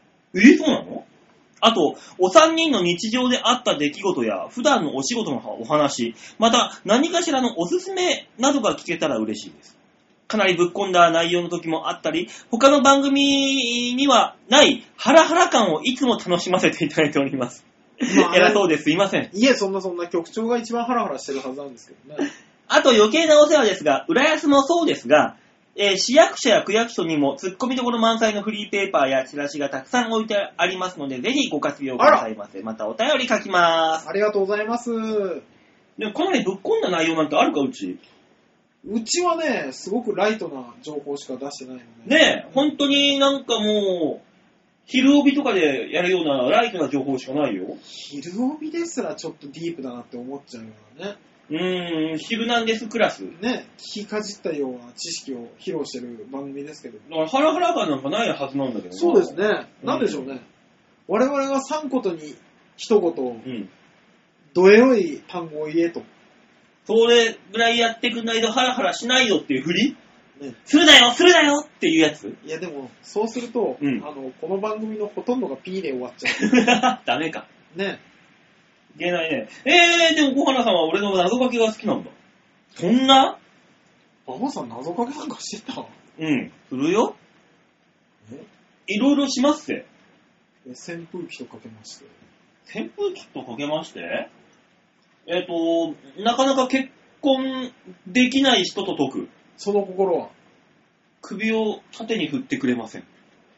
S2: そうなの？あと、お三人の日常であった出来事や、普段のお仕事のお話、また何かしらのおすすめなどが聞けたら嬉しいです。かなりぶっ込んだ内容の時もあったり、他の番組にはないハラハラ感をいつも楽しませていただいております。偉そうですいません。
S3: いえ、そんな局長が一番ハラハラしてるはずなんですけどね。
S2: あと余計なお世話ですが、浦安もそうですが、市役所や区役所にもツッコミどころ満載のフリーペーパーやチラシがたくさん置いてありますので、ぜひご活用くださいませ。またお便り書きます。
S3: ありがとうございます。
S2: でもかなりぶっ込んだ内容なんてあるか、うち
S3: はね、すごくライトな情報しか出してないので。
S2: ねえ、本当になんかもう、昼帯とかでやるようなライトな情報しかないよ。
S3: 昼帯ですらちょっとディープだなって思っちゃうようなね。
S2: ヒルナンデスクラス。
S3: ね、聞きかじったような知識を披露してる番組ですけど。
S2: だからハラハラ感なんかないはずなんだけど。
S3: そうですね。なんでしょうね。我々が3ことに一言、どエロい単語を言えと。
S2: それぐらいやってくんないとハラハラしないよっていう振り、ね、するなよっていうやつ。
S3: いやでも、そうすると、この番組のほとんどが P で終わっちゃ
S2: う。ダメか。
S3: ね。
S2: いけないね。でも小原さんは俺の謎かけが好きなんだ。そんな？
S3: 馬王さん謎かけなんかしてた？
S2: するよ。いろいろしますって。
S3: 扇風機とかけまして。
S2: 扇風機とかけまして？なかなか結婚できない人と解く。
S3: その心は？
S2: 首を縦に振ってくれません。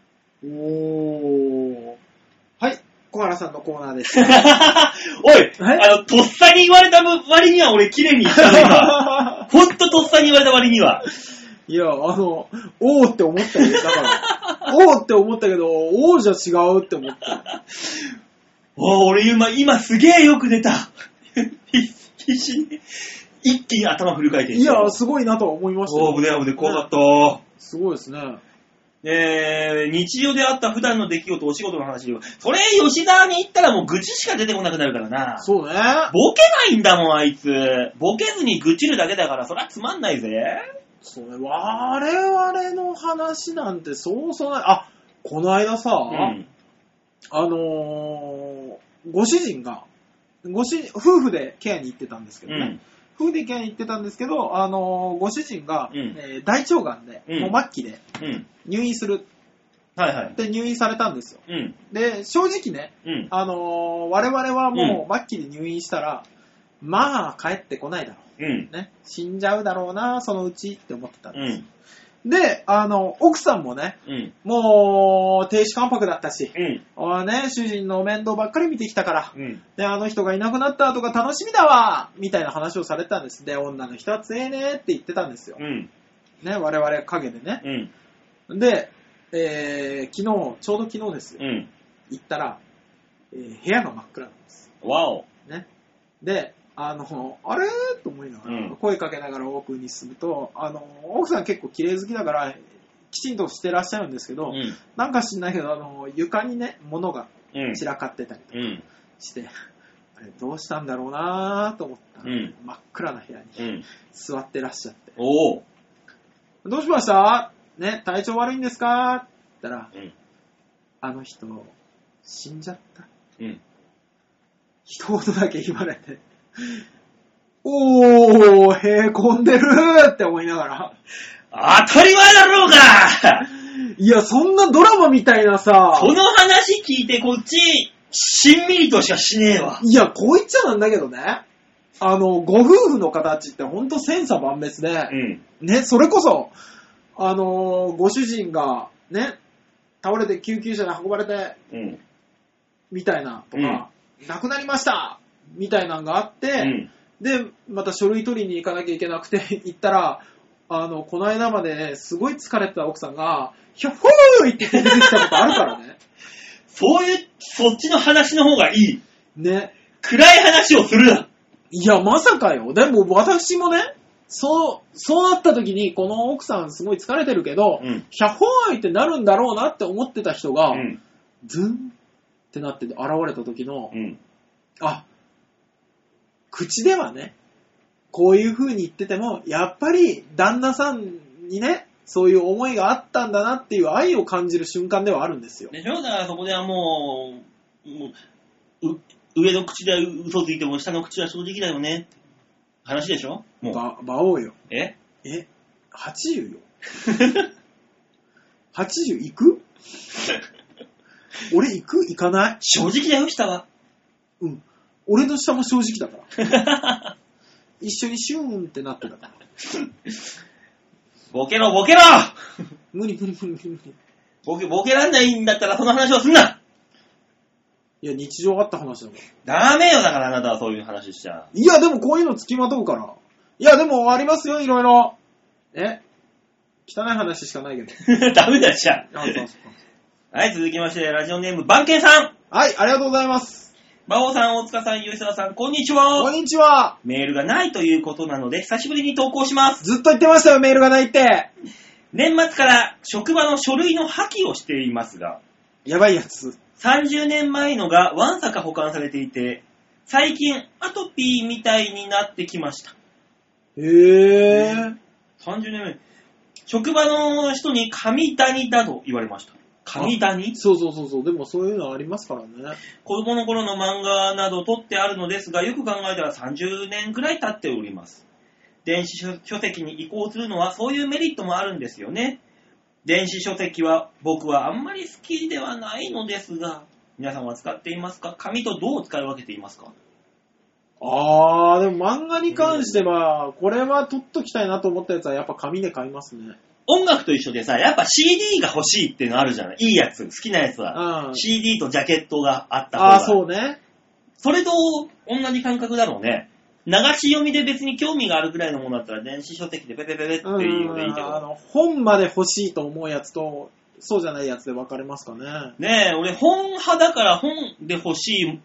S3: はい、小原さんのコーナーです。
S2: おい、とっさに言われた割には俺綺麗に言ったの今。ほんととっさに言われた割には。
S3: いや、おーって思ったよ。だから、おーって思ったけど、おーじゃ違うって思った。
S2: 俺今すげえよく出た。 必死に、一気に頭フル回転
S3: して。いや、すごいなとは思いましたよ。
S2: 危ね、怖かった。
S3: すごいですね。
S2: 日常であった普段の出来事、お仕事の話で、それ吉沢に行ったらもう愚痴しか出てこなくなるからな。
S3: そうね。
S2: ボケないんだもん、あいつ。ボケずに愚痴るだけだから、そりゃつまんないぜ。
S3: それ、我々の話なんてそうそうない。あ、この間さ、ご主人が、夫婦でケアに行ってたんですけどね。夫婦でケアに行ってたんですけど、ご主人が、大腸がんで、もう末期で、入院する。で入院されたんですよ。で、正直ね、我々はもう末期で入院したら、まあ帰ってこないだろう。ね。死んじゃうだろうな、そのうちって思ってたんです。で、奥さんもね、もう、亭主関白だったし、主人の面倒ばっかり見てきたから、で、あの人がいなくなった後が楽しみだわみたいな話をされたんです。で、女の人は強えねって言ってたんですよ。ね、我々陰でね。で、昨日、ちょうど昨日ですよ。行ったら、部屋が真っ暗なんです。
S2: わお。
S3: ね。で、あれと思いながら、声かけながら奥に進むと、奥さん結構綺麗好きだから、きちんとしてらっしゃるんですけど、なんか知んないけど、床にね、物が散らかってたりとかして、あれどうしたんだろうなと思ったら、真っ暗な部屋に座ってらっしゃって、どうしましたね、体調悪いんですかって言ったら、あの人、死んじゃった。一言だけ言われて、おー、へこんでるって思いながら。
S2: 当たり前だろうが
S3: いや、そんなドラマみたいなさ。
S2: この話聞いてこっち、しんみりとしかしねえわ。
S3: いや、こう言っちゃなんだけどね。ご夫婦の形ってほんと千差万別で、ね、それこそ、ご主人が、ね、倒れて救急車で運ばれて、みたいなとか、亡くなりましたみたいなのがあって、で、また書類取りに行かなきゃいけなくて、行ったら、この間まですごい疲れてた奥さんが、ひょっほーいって出てきたことあるからね。
S2: そっちの話の方がいい。
S3: ね。
S2: 暗い話をするな。
S3: いや、まさかよ。でも私もね、そうなった時に、この奥さんすごい疲れてるけど、ひゃっほーいってなるんだろうなって思ってた人が、ズンってなって現れた時の、あ、口ではね、こういう風に言ってても、やっぱり旦那さんにね、そういう思いがあったんだなっていう愛を感じる瞬間ではあるんですよ。
S2: でしょ？だからそこではもう上の口では嘘ついても下の口は正直だよね。話でしょ？もう。
S3: 馬王よ。80よ。80行く？俺行かない？
S2: 正直だよ、下は。
S3: 俺の下も正直だから。一緒にシューンってなってたから。
S2: ボケろ
S3: 無理。
S2: ボケらんないんだったらその話をすんな。
S3: いや、日常あった話だもん。
S2: ダメよ、だからあなたはそういう話しちゃ。
S3: いや、でもこういうの付きまとうから。いや、でもありますよ、いろいろ。汚い話しかないけど。
S2: ダメだじゃん。はい、続きまして、ラジオネーム、番犬さん。
S3: はい、ありがとうございます。
S2: 馬王さん、大塚さん、吉沢さん、こんにちは。
S3: こんにちは。
S2: メールがないということなので、久しぶりに投稿します。
S3: ずっと言ってましたよ、メールがないって。
S2: 年末から職場の書類の破棄をしていますが、
S3: やばいやつ。
S2: 30年前のがわんさか保管されていて、最近アトピーみたいになってきました。
S3: へー。
S2: 30年前。職場の人に神谷だと言われました。神谷？
S3: そう。でもそういうのありますからね。
S2: 子供の頃の漫画など撮ってあるのですが、よく考えたら30年くらい経っております。電子書籍に移行するのはそういうメリットもあるんですよね。電子書籍は僕はあんまり好きではないのですが、皆さんは使っていますか？紙とどう使い分けていますか？
S3: でも漫画に関しては、これは撮っときたいなと思ったやつはやっぱ紙で買いますね。
S2: 音楽と一緒でさ、やっぱ CD が欲しいっていうのあるじゃない？いいやつ、好きなやつは。CD とジャケットがあった方が。
S3: そうね。
S2: それと同じ感覚だろうね。流し読みで別に興味があるくらいのものだったら電子書籍でペペペペっていうのでいいけど。
S3: 本まで欲しいと思うやつと、そうじゃないやつで分かれますかね。
S2: ねえ、俺本派だから本で欲しい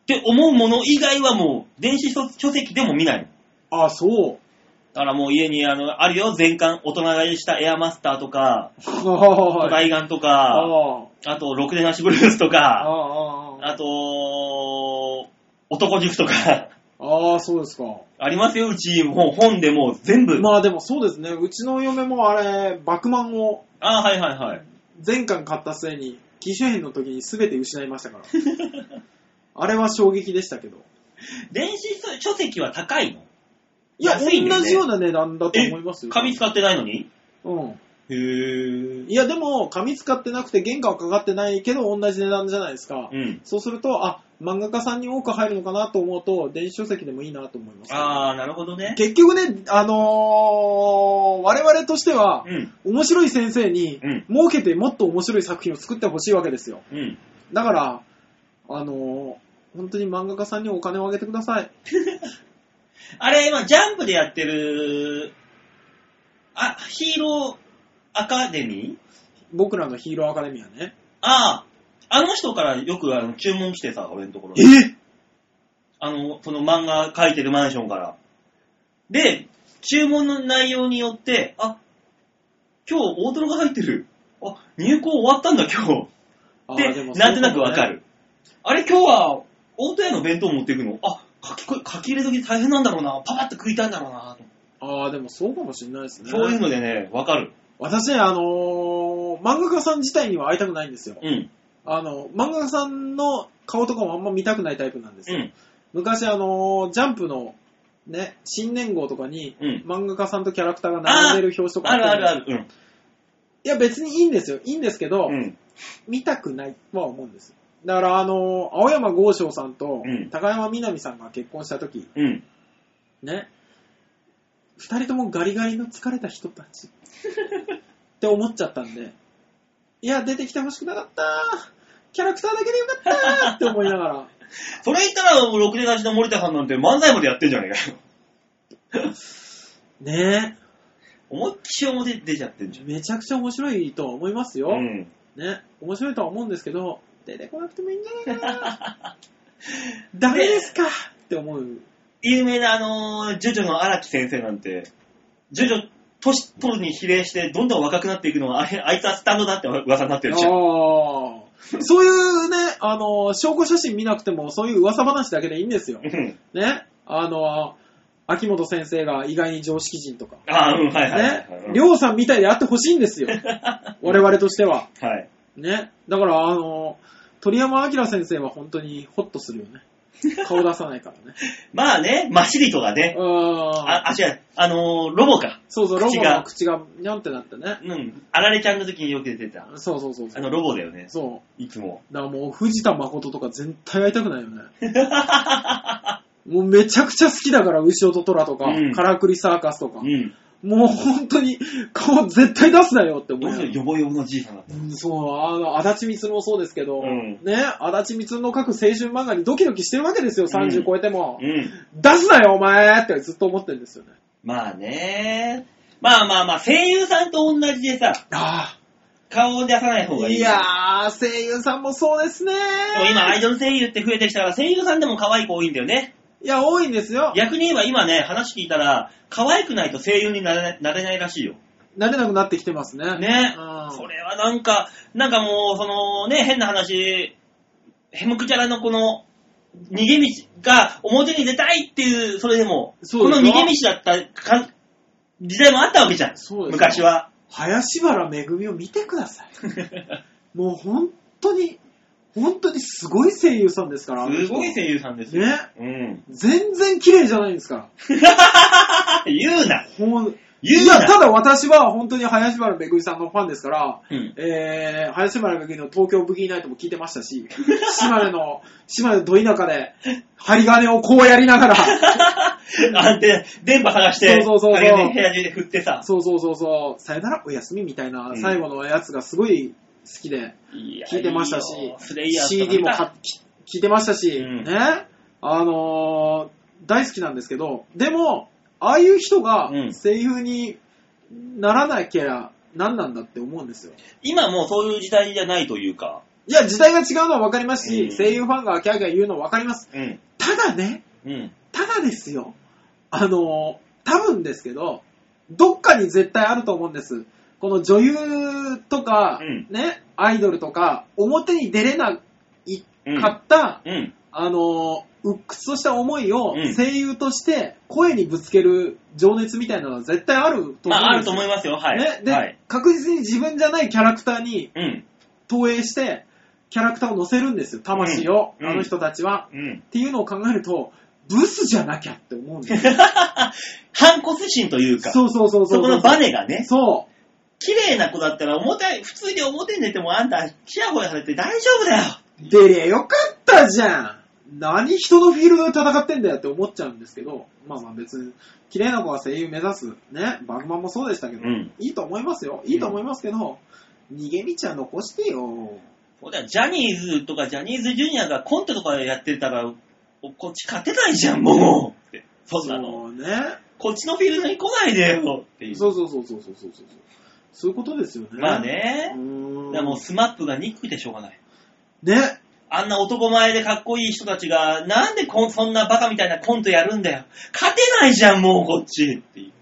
S2: って思うもの以外はもう、電子書籍でも見ないの。
S3: あ、そう。
S2: だからもう家にあるよ、全巻、大人買いしたエアマスターとか、トライガンとか、あと、ろくでなしブルースとか、あと、男塾とか。
S3: ああ、そうですか。
S2: ありますよ、うち、もう本でもう全部。
S3: まあでもそうですね、うちの嫁もあれ、バクマンを、
S2: はいはいはい。
S3: 全巻買った末に、機種変の時に全て失いましたから。あれは衝撃でしたけど。
S2: 電子書籍は高いの？
S3: いや、同じような値段だと思いますよ。
S2: 紙使ってないのに？
S3: うん。
S2: へー。
S3: いや、でも、紙使ってなくて原価はかかってないけど、同じ値段じゃないですか。
S2: うん。
S3: そうすると、漫画家さんに多く入るのかなと思うと、電子書籍でもいいなと思います、ね。
S2: なるほどね。
S3: 結局ね、我々としては、面白い先生に、儲けてもっと面白い作品を作ってほしいわけですよ。だから、本当に漫画家さんにお金をあげてください。
S2: あれ、今、ジャンプでやってる、ヒーローアカデミー？
S3: 僕らのヒーローアカデミアね。
S2: あの人からよく注文来てさ、俺のところに。その漫画描いてるマンションから。で、注文の内容によって、今日大トロが入ってる。入稿終わったんだ、今日。で、なんとなくわかる。あれ、今日は大戸屋の弁当持っていくの？書き入れ時大変なんだろうな。パパッと食いたいんだろうな。
S3: でもそうかもしれないですね。
S2: そういうのでね、わかる。
S3: 私ね、漫画家さん自体には会いたくないんですよ。漫画家さんの顔とかもあんま見たくないタイプなんですよ。昔ジャンプのね、新年号とかに、漫画家さんとキャラクターが並んでる表紙とか
S2: ある。
S3: いや別にいいんですよ。いいんですけど、見たくないとは思うんです。だから青山剛昌さんと高山みなみさんが結婚した時、ね、二人ともガリガリの疲れた人たちって思っちゃったんで、いや出てきてほしくなかった、キャラクターだけでよかったって思いながら。
S2: それ言ったらろくでなしの森田さんなんて漫才までやってんじゃねえかよ。ねえ。思いっきり表出ちゃってんじゃん。
S3: めちゃくちゃ面白いとは思いますよ。ね、面白いとは思うんですけど、出てこなくてもいいんじゃないかな。ダメですかって思う。
S2: 有名なジョジョの荒木先生なんて、ジョジョ年取るに比例してどんどん若くなっていくのはあいつはスタンドだって噂になってるじゃん。
S3: そういうね、証拠写真見なくてもそういう噂話だけでいいんですよ。ね、秋元先生が意外に常識人とか。ね、りょうさんみたいであってほしいんですよ。我々としては。ね、だから鳥山明先生は本当にホッとするよね。顔出さないからね。
S2: まあね、マシリトがね。違う、ロボか。
S3: そう、ロボの口がにゃんってなってね。
S2: あられちゃんの時によく出てた。
S3: そう。
S2: ロボだよね。
S3: そう。
S2: いつも。
S3: だからもう藤田誠とか絶対会いたくないよね。もうめちゃくちゃ好きだから、牛尾と虎とか、カラクリサーカスとか。もう本当に顔絶対出すなよって思う。
S2: ヨボヨボのじいさんだった。
S3: そう、足立光もそうですけど、ね、足立光の書く青春漫画にドキドキしてるわけですよ、30超えても。出すなよ、お前ってずっと思ってるんですよね。
S2: まあね。まあ、声優さんと同じでさ、顔を出さない方がいい。
S3: いやー、声優さんもそうですね。
S2: でも今アイドル声優って増えてきたから、声優さんでも可愛い子多いんだよね。
S3: いや、多いんですよ。
S2: 逆に言えば今ね、話聞いたら、可愛くないと声優になれないらしいよ。
S3: なれなくなってきてますね。
S2: ね。それはなんかもう、変な話、ヘムクチャラのこの、逃げ道が表に出たいっていう、それでも、この逃げ道だった時代もあったわけじゃん。昔は。
S3: 林原めぐみを見てください。もう本当にすごい声優さんですから。
S2: すごい声優さんですよ。
S3: ね。全然綺麗じゃないんですから。
S2: 言うな。
S3: いや、ただ私は本当に林原めぐみさんのファンですから、林原めぐみの東京ブギーナイトも聞いてましたし、島根のど田舎で、針金をこうやりながら、
S2: 電波探して、
S3: そう。
S2: 部屋中で振ってさ。
S3: そう。さよならおやすみみたいな最後のやつがすごい好きで、聞いてましたし、CD も聞いてましたし、ね。大好きなんですけど、でも、ああいう人が声優にならなきゃ何なんだって思うんですよ。
S2: 今もうそういう時代じゃないというか。
S3: いや、時代が違うのは分かりますし、声優ファンがキャーキャー言うのは分かります。ただね、ただですよ。多分ですけど、どっかに絶対あると思うんです。この女優とか、ね、アイドルとか、表に出れないかった、鬱屈とした思いを声優として声にぶつける情熱みたいなのは絶対あると思うんですよ。まあ、
S2: あると思いますよ。はい。
S3: ね、で、確実に自分じゃないキャラクターに投影して、キャラクターを乗せるんですよ。魂を、あの人たちは、っていうのを考えると、ブスじゃなきゃって思うんですよ。
S2: 反骨心というか。
S3: そう。そ
S2: このバネがね。
S3: そう。
S2: 綺麗な子だったら普通に表に出てもあんた、チヤホヤされて大丈夫だよ。
S3: 出りゃよかったじゃん。何人のフィールドで戦ってんだよって思っちゃうんですけど、まあ別に、綺麗な子が声優目指す、ね、バグマンもそうでしたけど、いいと思いますよ。いいと思いますけど、逃げ道は残してよ。
S2: そうだよ、ジャニーズとかジャニーズジュニアがコントとかやってたら、こっち勝てないじゃん、もうって。そんなの。
S3: そうね。
S2: こっちのフィールドに来ないでよっていう。
S3: そう。そういうことですよね。
S2: まあね。だからもうスマップが憎くてしょうがない。
S3: ね。
S2: あんな男前でかっこいい人たちが、なんでそんなバカみたいなコントやるんだよ。勝てないじゃん、もうこっちっていう。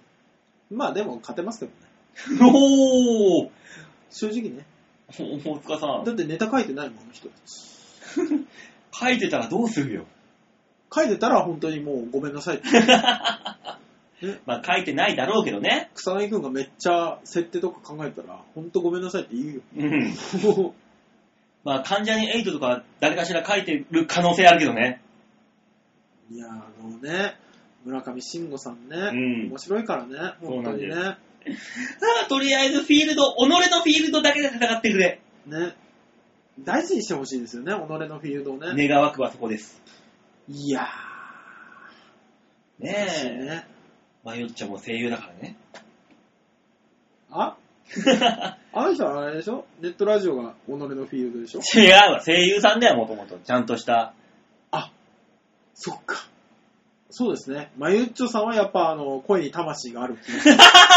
S3: まあでも勝てますけどね。
S2: おー。
S3: 正直ね。
S2: 大塚さん。
S3: だってネタ書いてないもん、あの人たち。
S2: 書いてたらどうするよ。
S3: 書いてたら本当にもうごめんなさいって。
S2: ね、まあ書いてないだろうけどね。
S3: 草薙くんがめっちゃ設定とか考えたら、本当ごめんなさいって言うよ。
S2: まあ関ジャニ8とか誰かしら書いてる可能性あるけどね。
S3: いやね、村上信五さんね、面白いからね、本当にね。さ
S2: あ、とりあえず己のフィールドだけで戦ってくれ。
S3: ね。大事にしてほしいですよね、己のフィールドをね。
S2: 願わくはそこです。
S3: いや
S2: ー。ねえ。マヨッチョも声優だからね。
S3: あの人はあれでしょ、ネットラジオが己のフィールドでしょ。
S2: 違うわ、声優さんだよ、もともと。ちゃんとした。
S3: あ、そっか。そうですね。マユッチョさんはやっぱ声に魂があるっていう。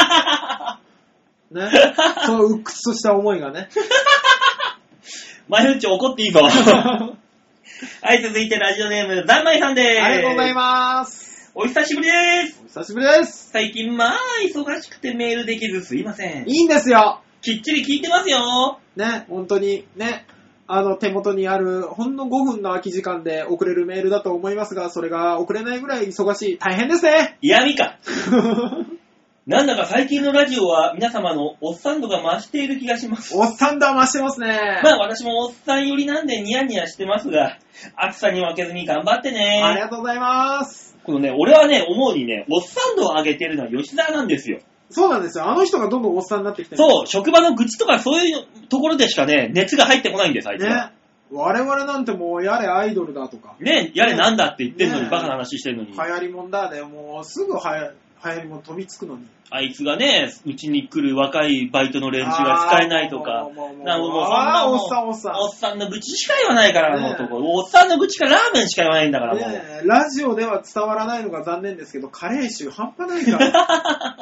S3: ね。その鬱屈とした思いがね。
S2: マユッチョ怒っていいぞ。はい、続いてラジオネーム、ざんまいさんでーす。
S3: ありがとうございます。
S2: お久しぶりです。
S3: お久しぶりです。
S2: 最近忙しくてメールできずすいません。
S3: いいんですよ。
S2: きっちり聞いてますよ。
S3: ね、本当にね、手元にあるほんの5分の空き時間で送れるメールだと思いますが、それが送れないぐらい忙しい。大変ですね。
S2: 嫌味か。なんだか最近のラジオは皆様のおっさん度が増している気がします。
S3: おっさん度は増してますね。
S2: まあ私もおっさん寄りなんでニヤニヤしてますが、暑さに負けずに頑張ってね。
S3: ありがとうございます。
S2: このね、俺はね、思うにね、おっさん度を上げてるのは吉沢なんですよ。
S3: そうなんですよ。あの人がどんどんおっさんになってきてる。
S2: そう、職場の愚痴とかそういうところでしかね、熱が入ってこないんです、あいつは。
S3: ね。我々なんてもうやれアイドルだとか。
S2: ね、やれなんだって言ってんのに、バカな話してんのに。
S3: 流行りもんだで、もうすぐ流行りもん飛びつくのに。
S2: あいつがね、うちに来る若いバイトの連中が使えないとか。もうそんな
S3: おっ
S2: さんの愚痴しか言わないから、ね、おっさんの愚痴かラーメンしか言わないんだから、もう。
S3: ね、ラジオでは伝わらないのが残念ですけど、カレー臭半端ないから。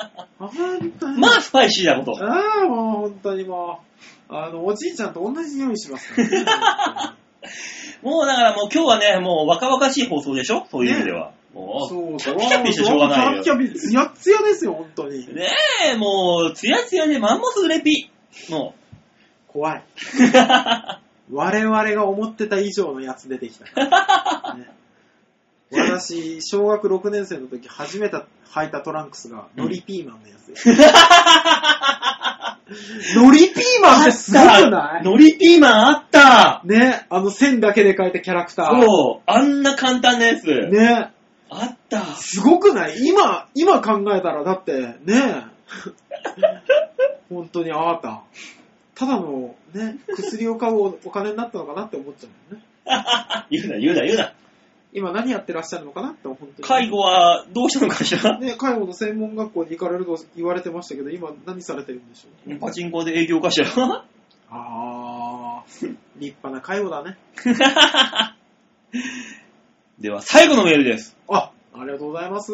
S2: まあ、スパイシーなこと。
S3: ああ、もう本当にもう、おじいちゃんと同じ匂いしますからね。
S2: もうだからもう今日はね、もう若々しい放送でしょ、そういう意味では。ね、もう、
S3: そう
S2: キャピキャピしてしょうがないよ。
S3: キャピキャピ、ツヤツヤですよ、本当に。
S2: ねえ、もう、ツヤツヤでマンモスグレピ。も
S3: う。怖い。我々が思ってた以上のやつ出てきた。ね、私、小学6年生の時初めて履いたトランクスが、ノリピーマンのやつです。ノリピーマンってすごくない？
S2: ノリピーマンあった
S3: ね、線だけで描いたキャラクター。
S2: そう、あんな簡単なやつ。
S3: ね。
S2: あった。
S3: すごくない？今考えたら、だって、ね。本当にあなた。ただの、ね、薬を買うお金になったのかなって思っちゃうもんね。
S2: 言うな。
S3: 今何やってらっしゃるのかなって本当に。
S2: 介護はどうしたのかしら
S3: ね、介護の専門学校に行かれると言われてましたけど、今何されてるんでしょう。
S2: パチンコで営業かしら
S3: あー、立派な介護だね。
S2: では、最後のメールです。
S3: ありがとうございます。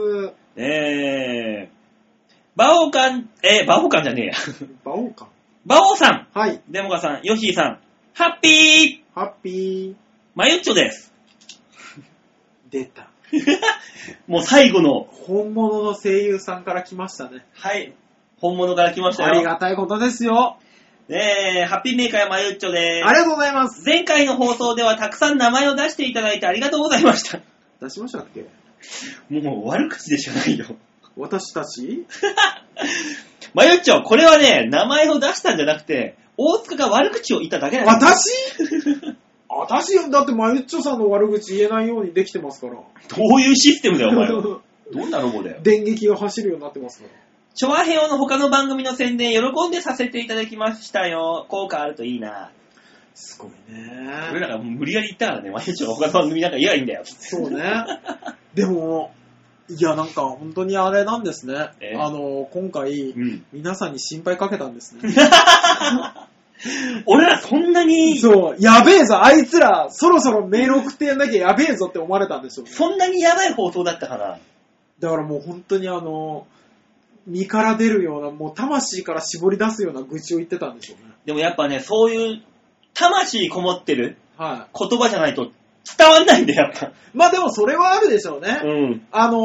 S2: バオカンじゃねえや。
S3: バオカン。
S2: バオさん。
S3: はい。
S2: デモカさん、ヨッシーさん。 ハッピ
S3: ハッピー。
S2: マユッチョです。
S3: 出た。
S2: もう最後の。
S3: 本物の声優さんから来ましたね。
S2: はい。本物から来ましたよ。
S3: ありがたいことですよ。
S2: ハッピーメーカーマユッチョです。
S3: ありがとうございます。
S2: 前回の放送ではたくさん名前を出していただいてありがとうございました。
S3: 出しましたっけ？
S2: もう悪口でしかないよ。
S3: 私たち
S2: マユッチョ、これはね、名前を出したんじゃなくて、大塚が悪口を言っただけなんです。
S3: 私だってマユッチョさんの悪口言えないようにできてますから。ど
S2: ういうシステムだよ、お前は。どんなロボだよ。
S3: 電撃が走るようになってますから。
S2: チョアヘヨの他の番組の宣伝喜んでさせていただきましたよ。効果あるといいな。
S3: すごいね。
S2: 俺らが無理やり言ったからね、マユッチョが他の番組なんか言えばいいんだよ。
S3: そうね。でも、いや、なんか本当にあれなんですね。今回、皆さんに心配かけたんですね。
S2: 俺らそんなに。
S3: そう、やべえぞ、あいつら、そろそろメール送ってやんなきゃやべえぞって思われたんでしょうね。
S2: そんなにやばい放送だったかな。
S3: だからもう本当に身から出るような、もう魂から絞り出すような愚痴を言ってたんでしょうね。
S2: でもやっぱね、そういう魂こもってる言葉じゃないと伝わんないんだよ、やっぱ。
S3: まあでもそれはあるでしょうね。
S2: うん。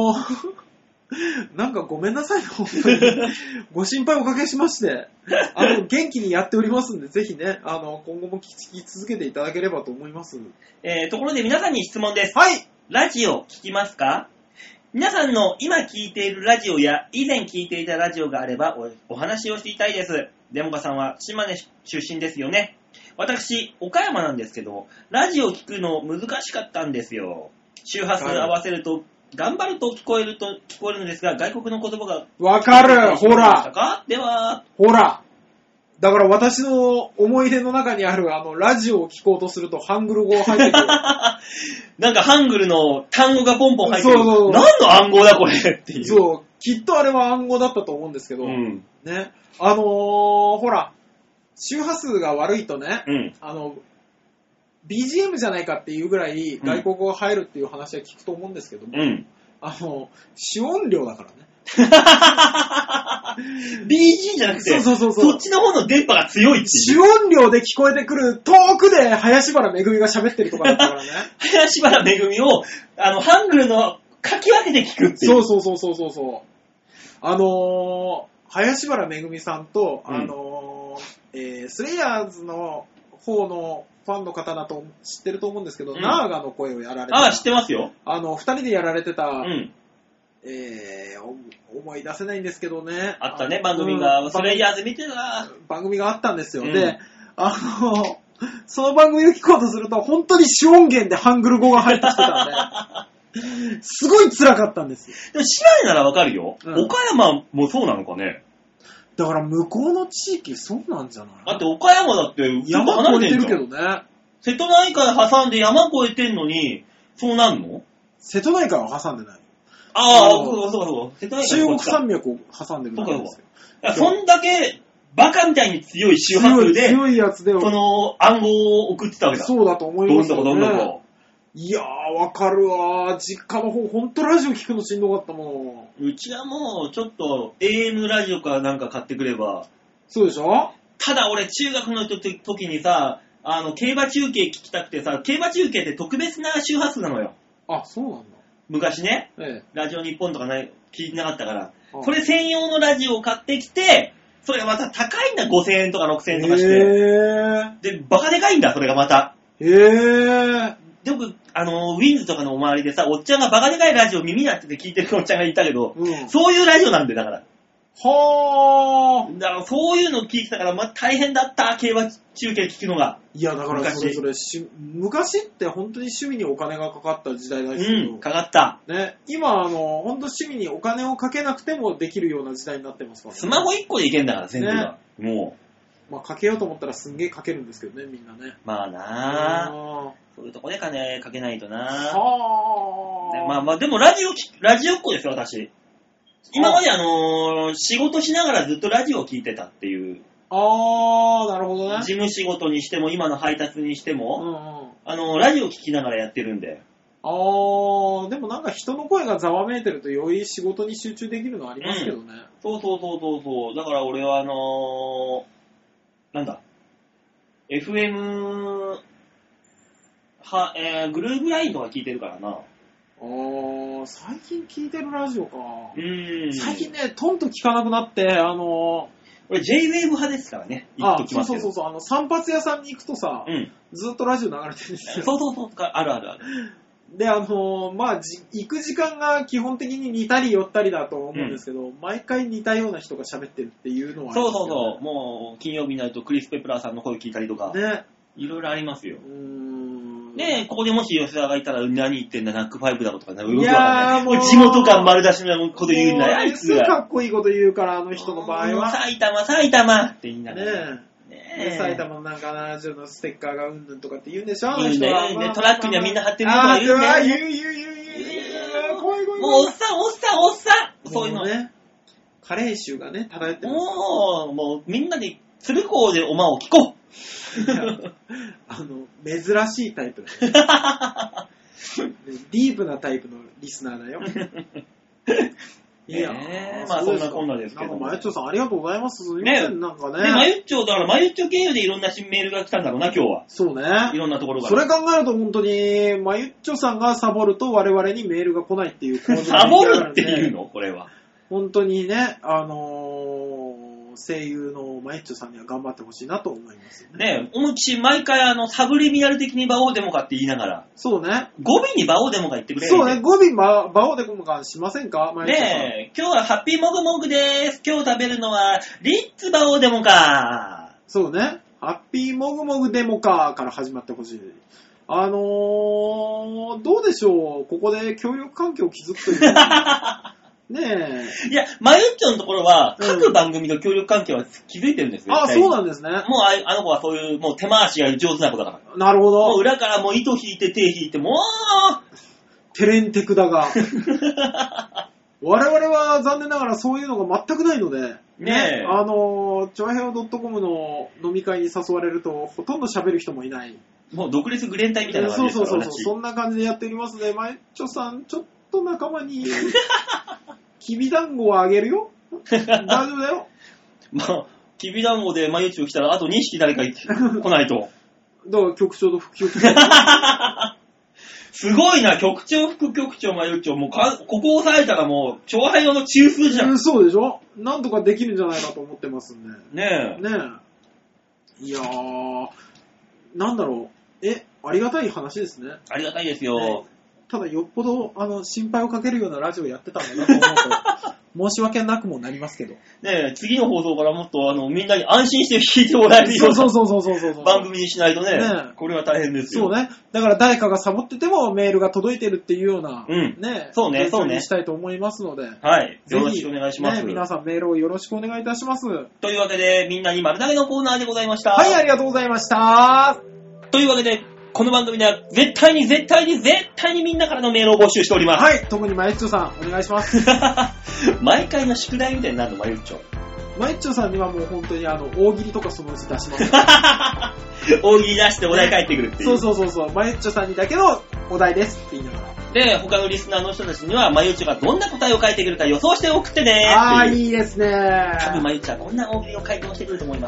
S3: なんかごめんなさい、本当に。ご心配おかけしまして。元気にやっておりますんで、ぜひね、今後も聞き続けていただければと思います。
S2: ところで皆さんに質問です。
S3: はい。
S2: ラジオ聞きますか？皆さんの今聞いているラジオや以前聞いていたラジオがあればお話をしていたいです。デモカさんは島根出身ですよね。私、岡山なんですけど、ラジオ聞くの難しかったんですよ。周波数合わせると、頑張ると聞こえるのですが、外国の言葉が。
S3: わかる、ほら。
S2: では。
S3: ほら。だから私の思い出の中にあるラジオを聞こうとするとハングル語が入ってくる。
S2: なんかハングルの単語がポンポン入ってくる。
S3: そう。
S2: 何の暗号だこれっていう。
S3: そう。きっとあれは暗号だったと思うんですけど。ね。ほら。周波数が悪いとね。BGM じゃないかっていうぐらい外国語が入るっていう話は聞くと思うんですけども。主音量だからね。
S2: BG じゃなくて、
S3: そ
S2: っちの方の電波が強いっていう。
S3: 主音量で聞こえてくる、遠くで林原めぐみが喋ってるとかだったからね。
S2: 林原めぐみを、ハングルの書き分けて聞くっていう。
S3: そう。林原めぐみさんと、スレイヤーズの方のファンの方だと知ってると思うんですけど、ナーガの声をやられてた。
S2: 知ってますよ。
S3: 二人でやられてた、思い出せないんですけどね。
S2: あったね、番組が。スレイヤーズ見てた。
S3: 番組があったんですよ。で、その番組を聞こうとすると、本当に主音源でハングル語が入ってきてたんで、すごい辛かったんですよ。
S2: でも、島根ならわかるよ。岡山もそうなのかね。
S3: だから向こうの地域そうなんじゃない？
S2: だって岡山だって
S3: 山越えてるけどね。
S2: 瀬戸内海挟んで山越えてんのに、そうなんの？
S3: 瀬戸内海は挟んでない。
S2: そう。瀬戸内海
S3: 中国山脈を挟んでるんですよ。
S2: そんだけバカみたいに強い周波数で、
S3: 強いやつで、
S2: この暗号を送ってたわけだ。
S3: そうだと思いますよね。
S2: どんどこ。
S3: いやー、わかるわー。実家の方、ほんとラジオ聞くのしんどかったも
S2: ん。うちはもう、ちょっと、AM ラジオかなんか買ってくれば。
S3: そうでしょ？
S2: ただ俺、中学の時にさ、競馬中継聞きたくてさ、競馬中継って特別な周波数なのよ。
S3: あ、そうなんだ。
S2: 昔ね、ラジオ日本とか聞いてなかったから、これ専用のラジオを買ってきて、それがまた高いんだ、5000円とか6000円とかして。で、バカでかいんだ、それがまた。よく、ウィンズとかの周りでさ、おっちゃんがバカでかいラジオ耳になってて聞いてるおっちゃんがいたけど、そういうラジオなんで、だから。
S3: はー。
S2: だからそういうの聞いてたから、大変だった、競馬中継聞くのが。
S3: いや、だからそれ昔って本当に趣味にお金がかかった時代ですけど。
S2: かかった。
S3: ね、今本当趣味にお金をかけなくてもできるような時代になってますからね。
S2: スマホ1個でいけんだから、全部が。も
S3: う。まあ、かけようと思ったらすんげえかけるんですけどね、みんなね。
S2: まあなぁ。そういうとこで金かけないとなぁ。
S3: は
S2: ぁ。でもラジオっ子ですよ、私。今まで仕事しながらずっとラジオを聞いてたっていう。
S3: なるほどね。
S2: 事務仕事にしても、今の配達にしても、ラジオ聞きながらやってるんで。
S3: でもなんか人の声がざわめいてるとより仕事に集中できるのありますけどね。
S2: そう。だから俺はなんだ。FM グルーブラインとか聞いてるからな。
S3: 最近聞いてるラジオか。最近ね、トンと聞かなくなって、
S2: 俺 J-Wave 派ですからね。
S3: そう。散髪屋さんに行くとさ、ずっとラジオ流れてるんですよ。
S2: そう。ある。
S3: で、行く時間が基本的に似たり寄ったりだと思うんですけど、毎回似たような人が喋ってるっていうのはありますよね。
S2: そう。もう、金曜日になるとクリス・ペプラーさんの声聞いたりとか。
S3: ね。
S2: いろいろありますよ。で、ここでもし吉田がいたら何言ってんだ、ナックファイブだろとか、い
S3: やーもう
S2: 地元感丸出しのこと言うんだよ、あいつが。
S3: かっこいいこと言うから、あの人の場合は。
S2: 埼玉って言いながら。
S3: ね埼玉のなんかラジオのステッカーがうんぬんとかって言うんでしょ、
S2: 言うんだよ。トラックにはみんな貼ってるとか言うんだよ。
S3: 言う。怖い。
S2: もうおっさんそういうの
S3: ね。加齢臭がね、漂ってます。
S2: もうみんなで鶴光でおまを聞こう。
S3: 珍しいタイプだよ。ディープなタイプのリスナーだよ。いや
S2: まあそんなこんなですけど。
S3: まゆっちょさんありがとうございます。ね、なんかね。
S2: まゆっちょ、だからまゆっちょ経由でいろんなメールが来たんだろうな、今日は。
S3: そうね。
S2: いろんなところから。
S3: それ考えると本当に、まゆっちょさんがサボると我々にメールが来ないっていう構図
S2: サボるっていうのこれは。
S3: 本当にね、声優のマイッチョさんには頑張ってほしいなと思います
S2: ね。おむち毎回サブリミナル的にバオデモカって言いながら。
S3: そうね。
S2: 語尾にバオデモカ言ってくれる。
S3: そうね。語尾バオデモカしませんかマイッチョさん。
S2: ねえ、今日はハッピーモグモグでーす。今日食べるのはリッツバオデモカ。
S3: そうね。ハッピーモグモグデモカから始まってほしい。どうでしょう。ここで協力関係を築くという。ねえ。
S2: いや、まゆっちょのところは、各番組の協力関係は築いてるんですよ。
S3: そうなんですね。
S2: もうあの子はそういう、もう手回しが上手な子だから。
S3: なるほど。
S2: もう裏からもう糸引いて手引いて、もう
S3: テレンテクだが。我々は残念ながらそういうのが全くないので、
S2: ねえ。
S3: チョアヘオ .com の飲み会に誘われると、ほとんど喋る人もいない。
S2: もう独立グレン隊みたいな感じですから。
S3: そう。そんな感じでやっておりますので、まゆっちょさん、ちょっと仲間に、きびだんごをあげるよ。大丈夫だよ。
S2: まあ、きびだんごでまゆっちょ来たら、あと2匹誰か来ないと。
S3: だから局長と副局長。
S2: すごいな、局長、副局長、まゆっちょ。もうここを押さえたらもう、超配用の中枢じゃん。
S3: そうでしょ。なんとかできるんじゃないかと思ってますんで。
S2: ね
S3: え。いやー、なんだろう。ありがたい話ですね。
S2: ありがたいですよ。
S3: ただよっぽど心配をかけるようなラジオやってたんだなと思うと申し訳なくもなりますけど
S2: ねえ、次の放送からもっとみんなに安心して聞いてもらえるような
S3: そう
S2: 番組にしないとね、これは大変ですよ。
S3: そうね。だから誰かがサボっててもメールが届いてるっていうような、
S2: そうね
S3: にしたいと思いますので、
S2: はい、よろしくお願いします。
S3: 皆さんメールをよろしくお願いいたします。
S2: というわけでみんなに丸投げのコーナーでございました。
S3: はい、ありがとうございました。
S2: というわけでこの番組では絶対にみんなからのメールを募集しております。
S3: はい、特にまゆっちょさんお願いします。
S2: 毎回の宿題みたいになるのまゆっちょ。
S3: まゆっちょさんにはもう本当に大喜利とかそのうち出します。
S2: 大喜利出してお題返ってくるっていう。
S3: そう。まゆっちょさんにだけのお題ですって言いながら。
S2: で、他のリスナーの人たちには、まゆっちょがどんな答えを書いてくるか予想して送ってね
S3: ー。いいですね。
S2: 多分まゆっちょはこんな大喜利を回答してくると思います。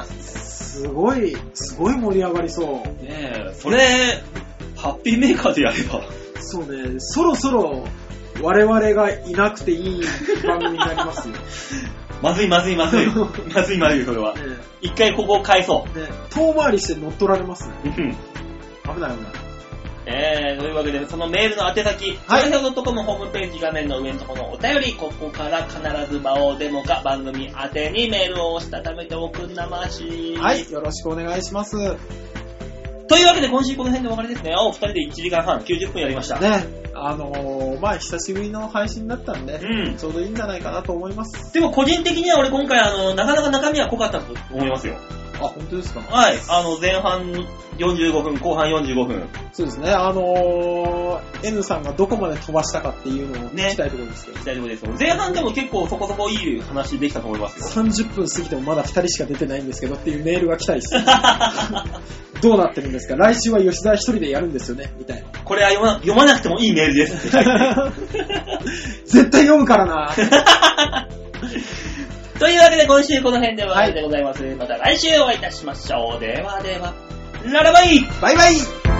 S3: すごい盛り上がりそう。
S2: ねえ、それ、ハッピーメーカーでやれば。
S3: そうね、そろそろ我々がいなくていい番組になりますよ。
S2: まずい、それは。一回ここを返そう。
S3: 遠回りして乗っ取られますね。危ない。
S2: というわけで、そのメールの宛先、はい、.com ホームページ画面の上のところのお便り、ここから必ず場をデモか番組宛てにメールをしたためておくんなまし。
S3: はい、よろしくお願いします。
S2: というわけで今週この辺でお別れですね。お二人で1時間半90分やりました。
S3: ね、久しぶりの配信だったんで、ちょうどいいんじゃないかなと思います。
S2: でも個人的には俺今回なかなか中身は濃かったと思いますよ。
S3: 本当ですか？
S2: はい。前半45分、後半45分。
S3: そうですね。N さんがどこまで飛ばしたかっていうのを聞きたいところですけど。
S2: 聞きたいところですよ。前半でも結構そこそこいい話できたと思いますよ。
S3: 30分過ぎてもまだ2人しか出てないんですけどっていうメールが来たりして。どうなってるんですか？来週は吉田一人でやるんですよねみたいな。これは
S2: 読まなくてもいいメールですって。
S3: 絶対読むからな。
S2: というわけで今週この辺で終わりでございます。また来週お会いいたしましょう。ではでは、ララバイ！
S3: バイバイ！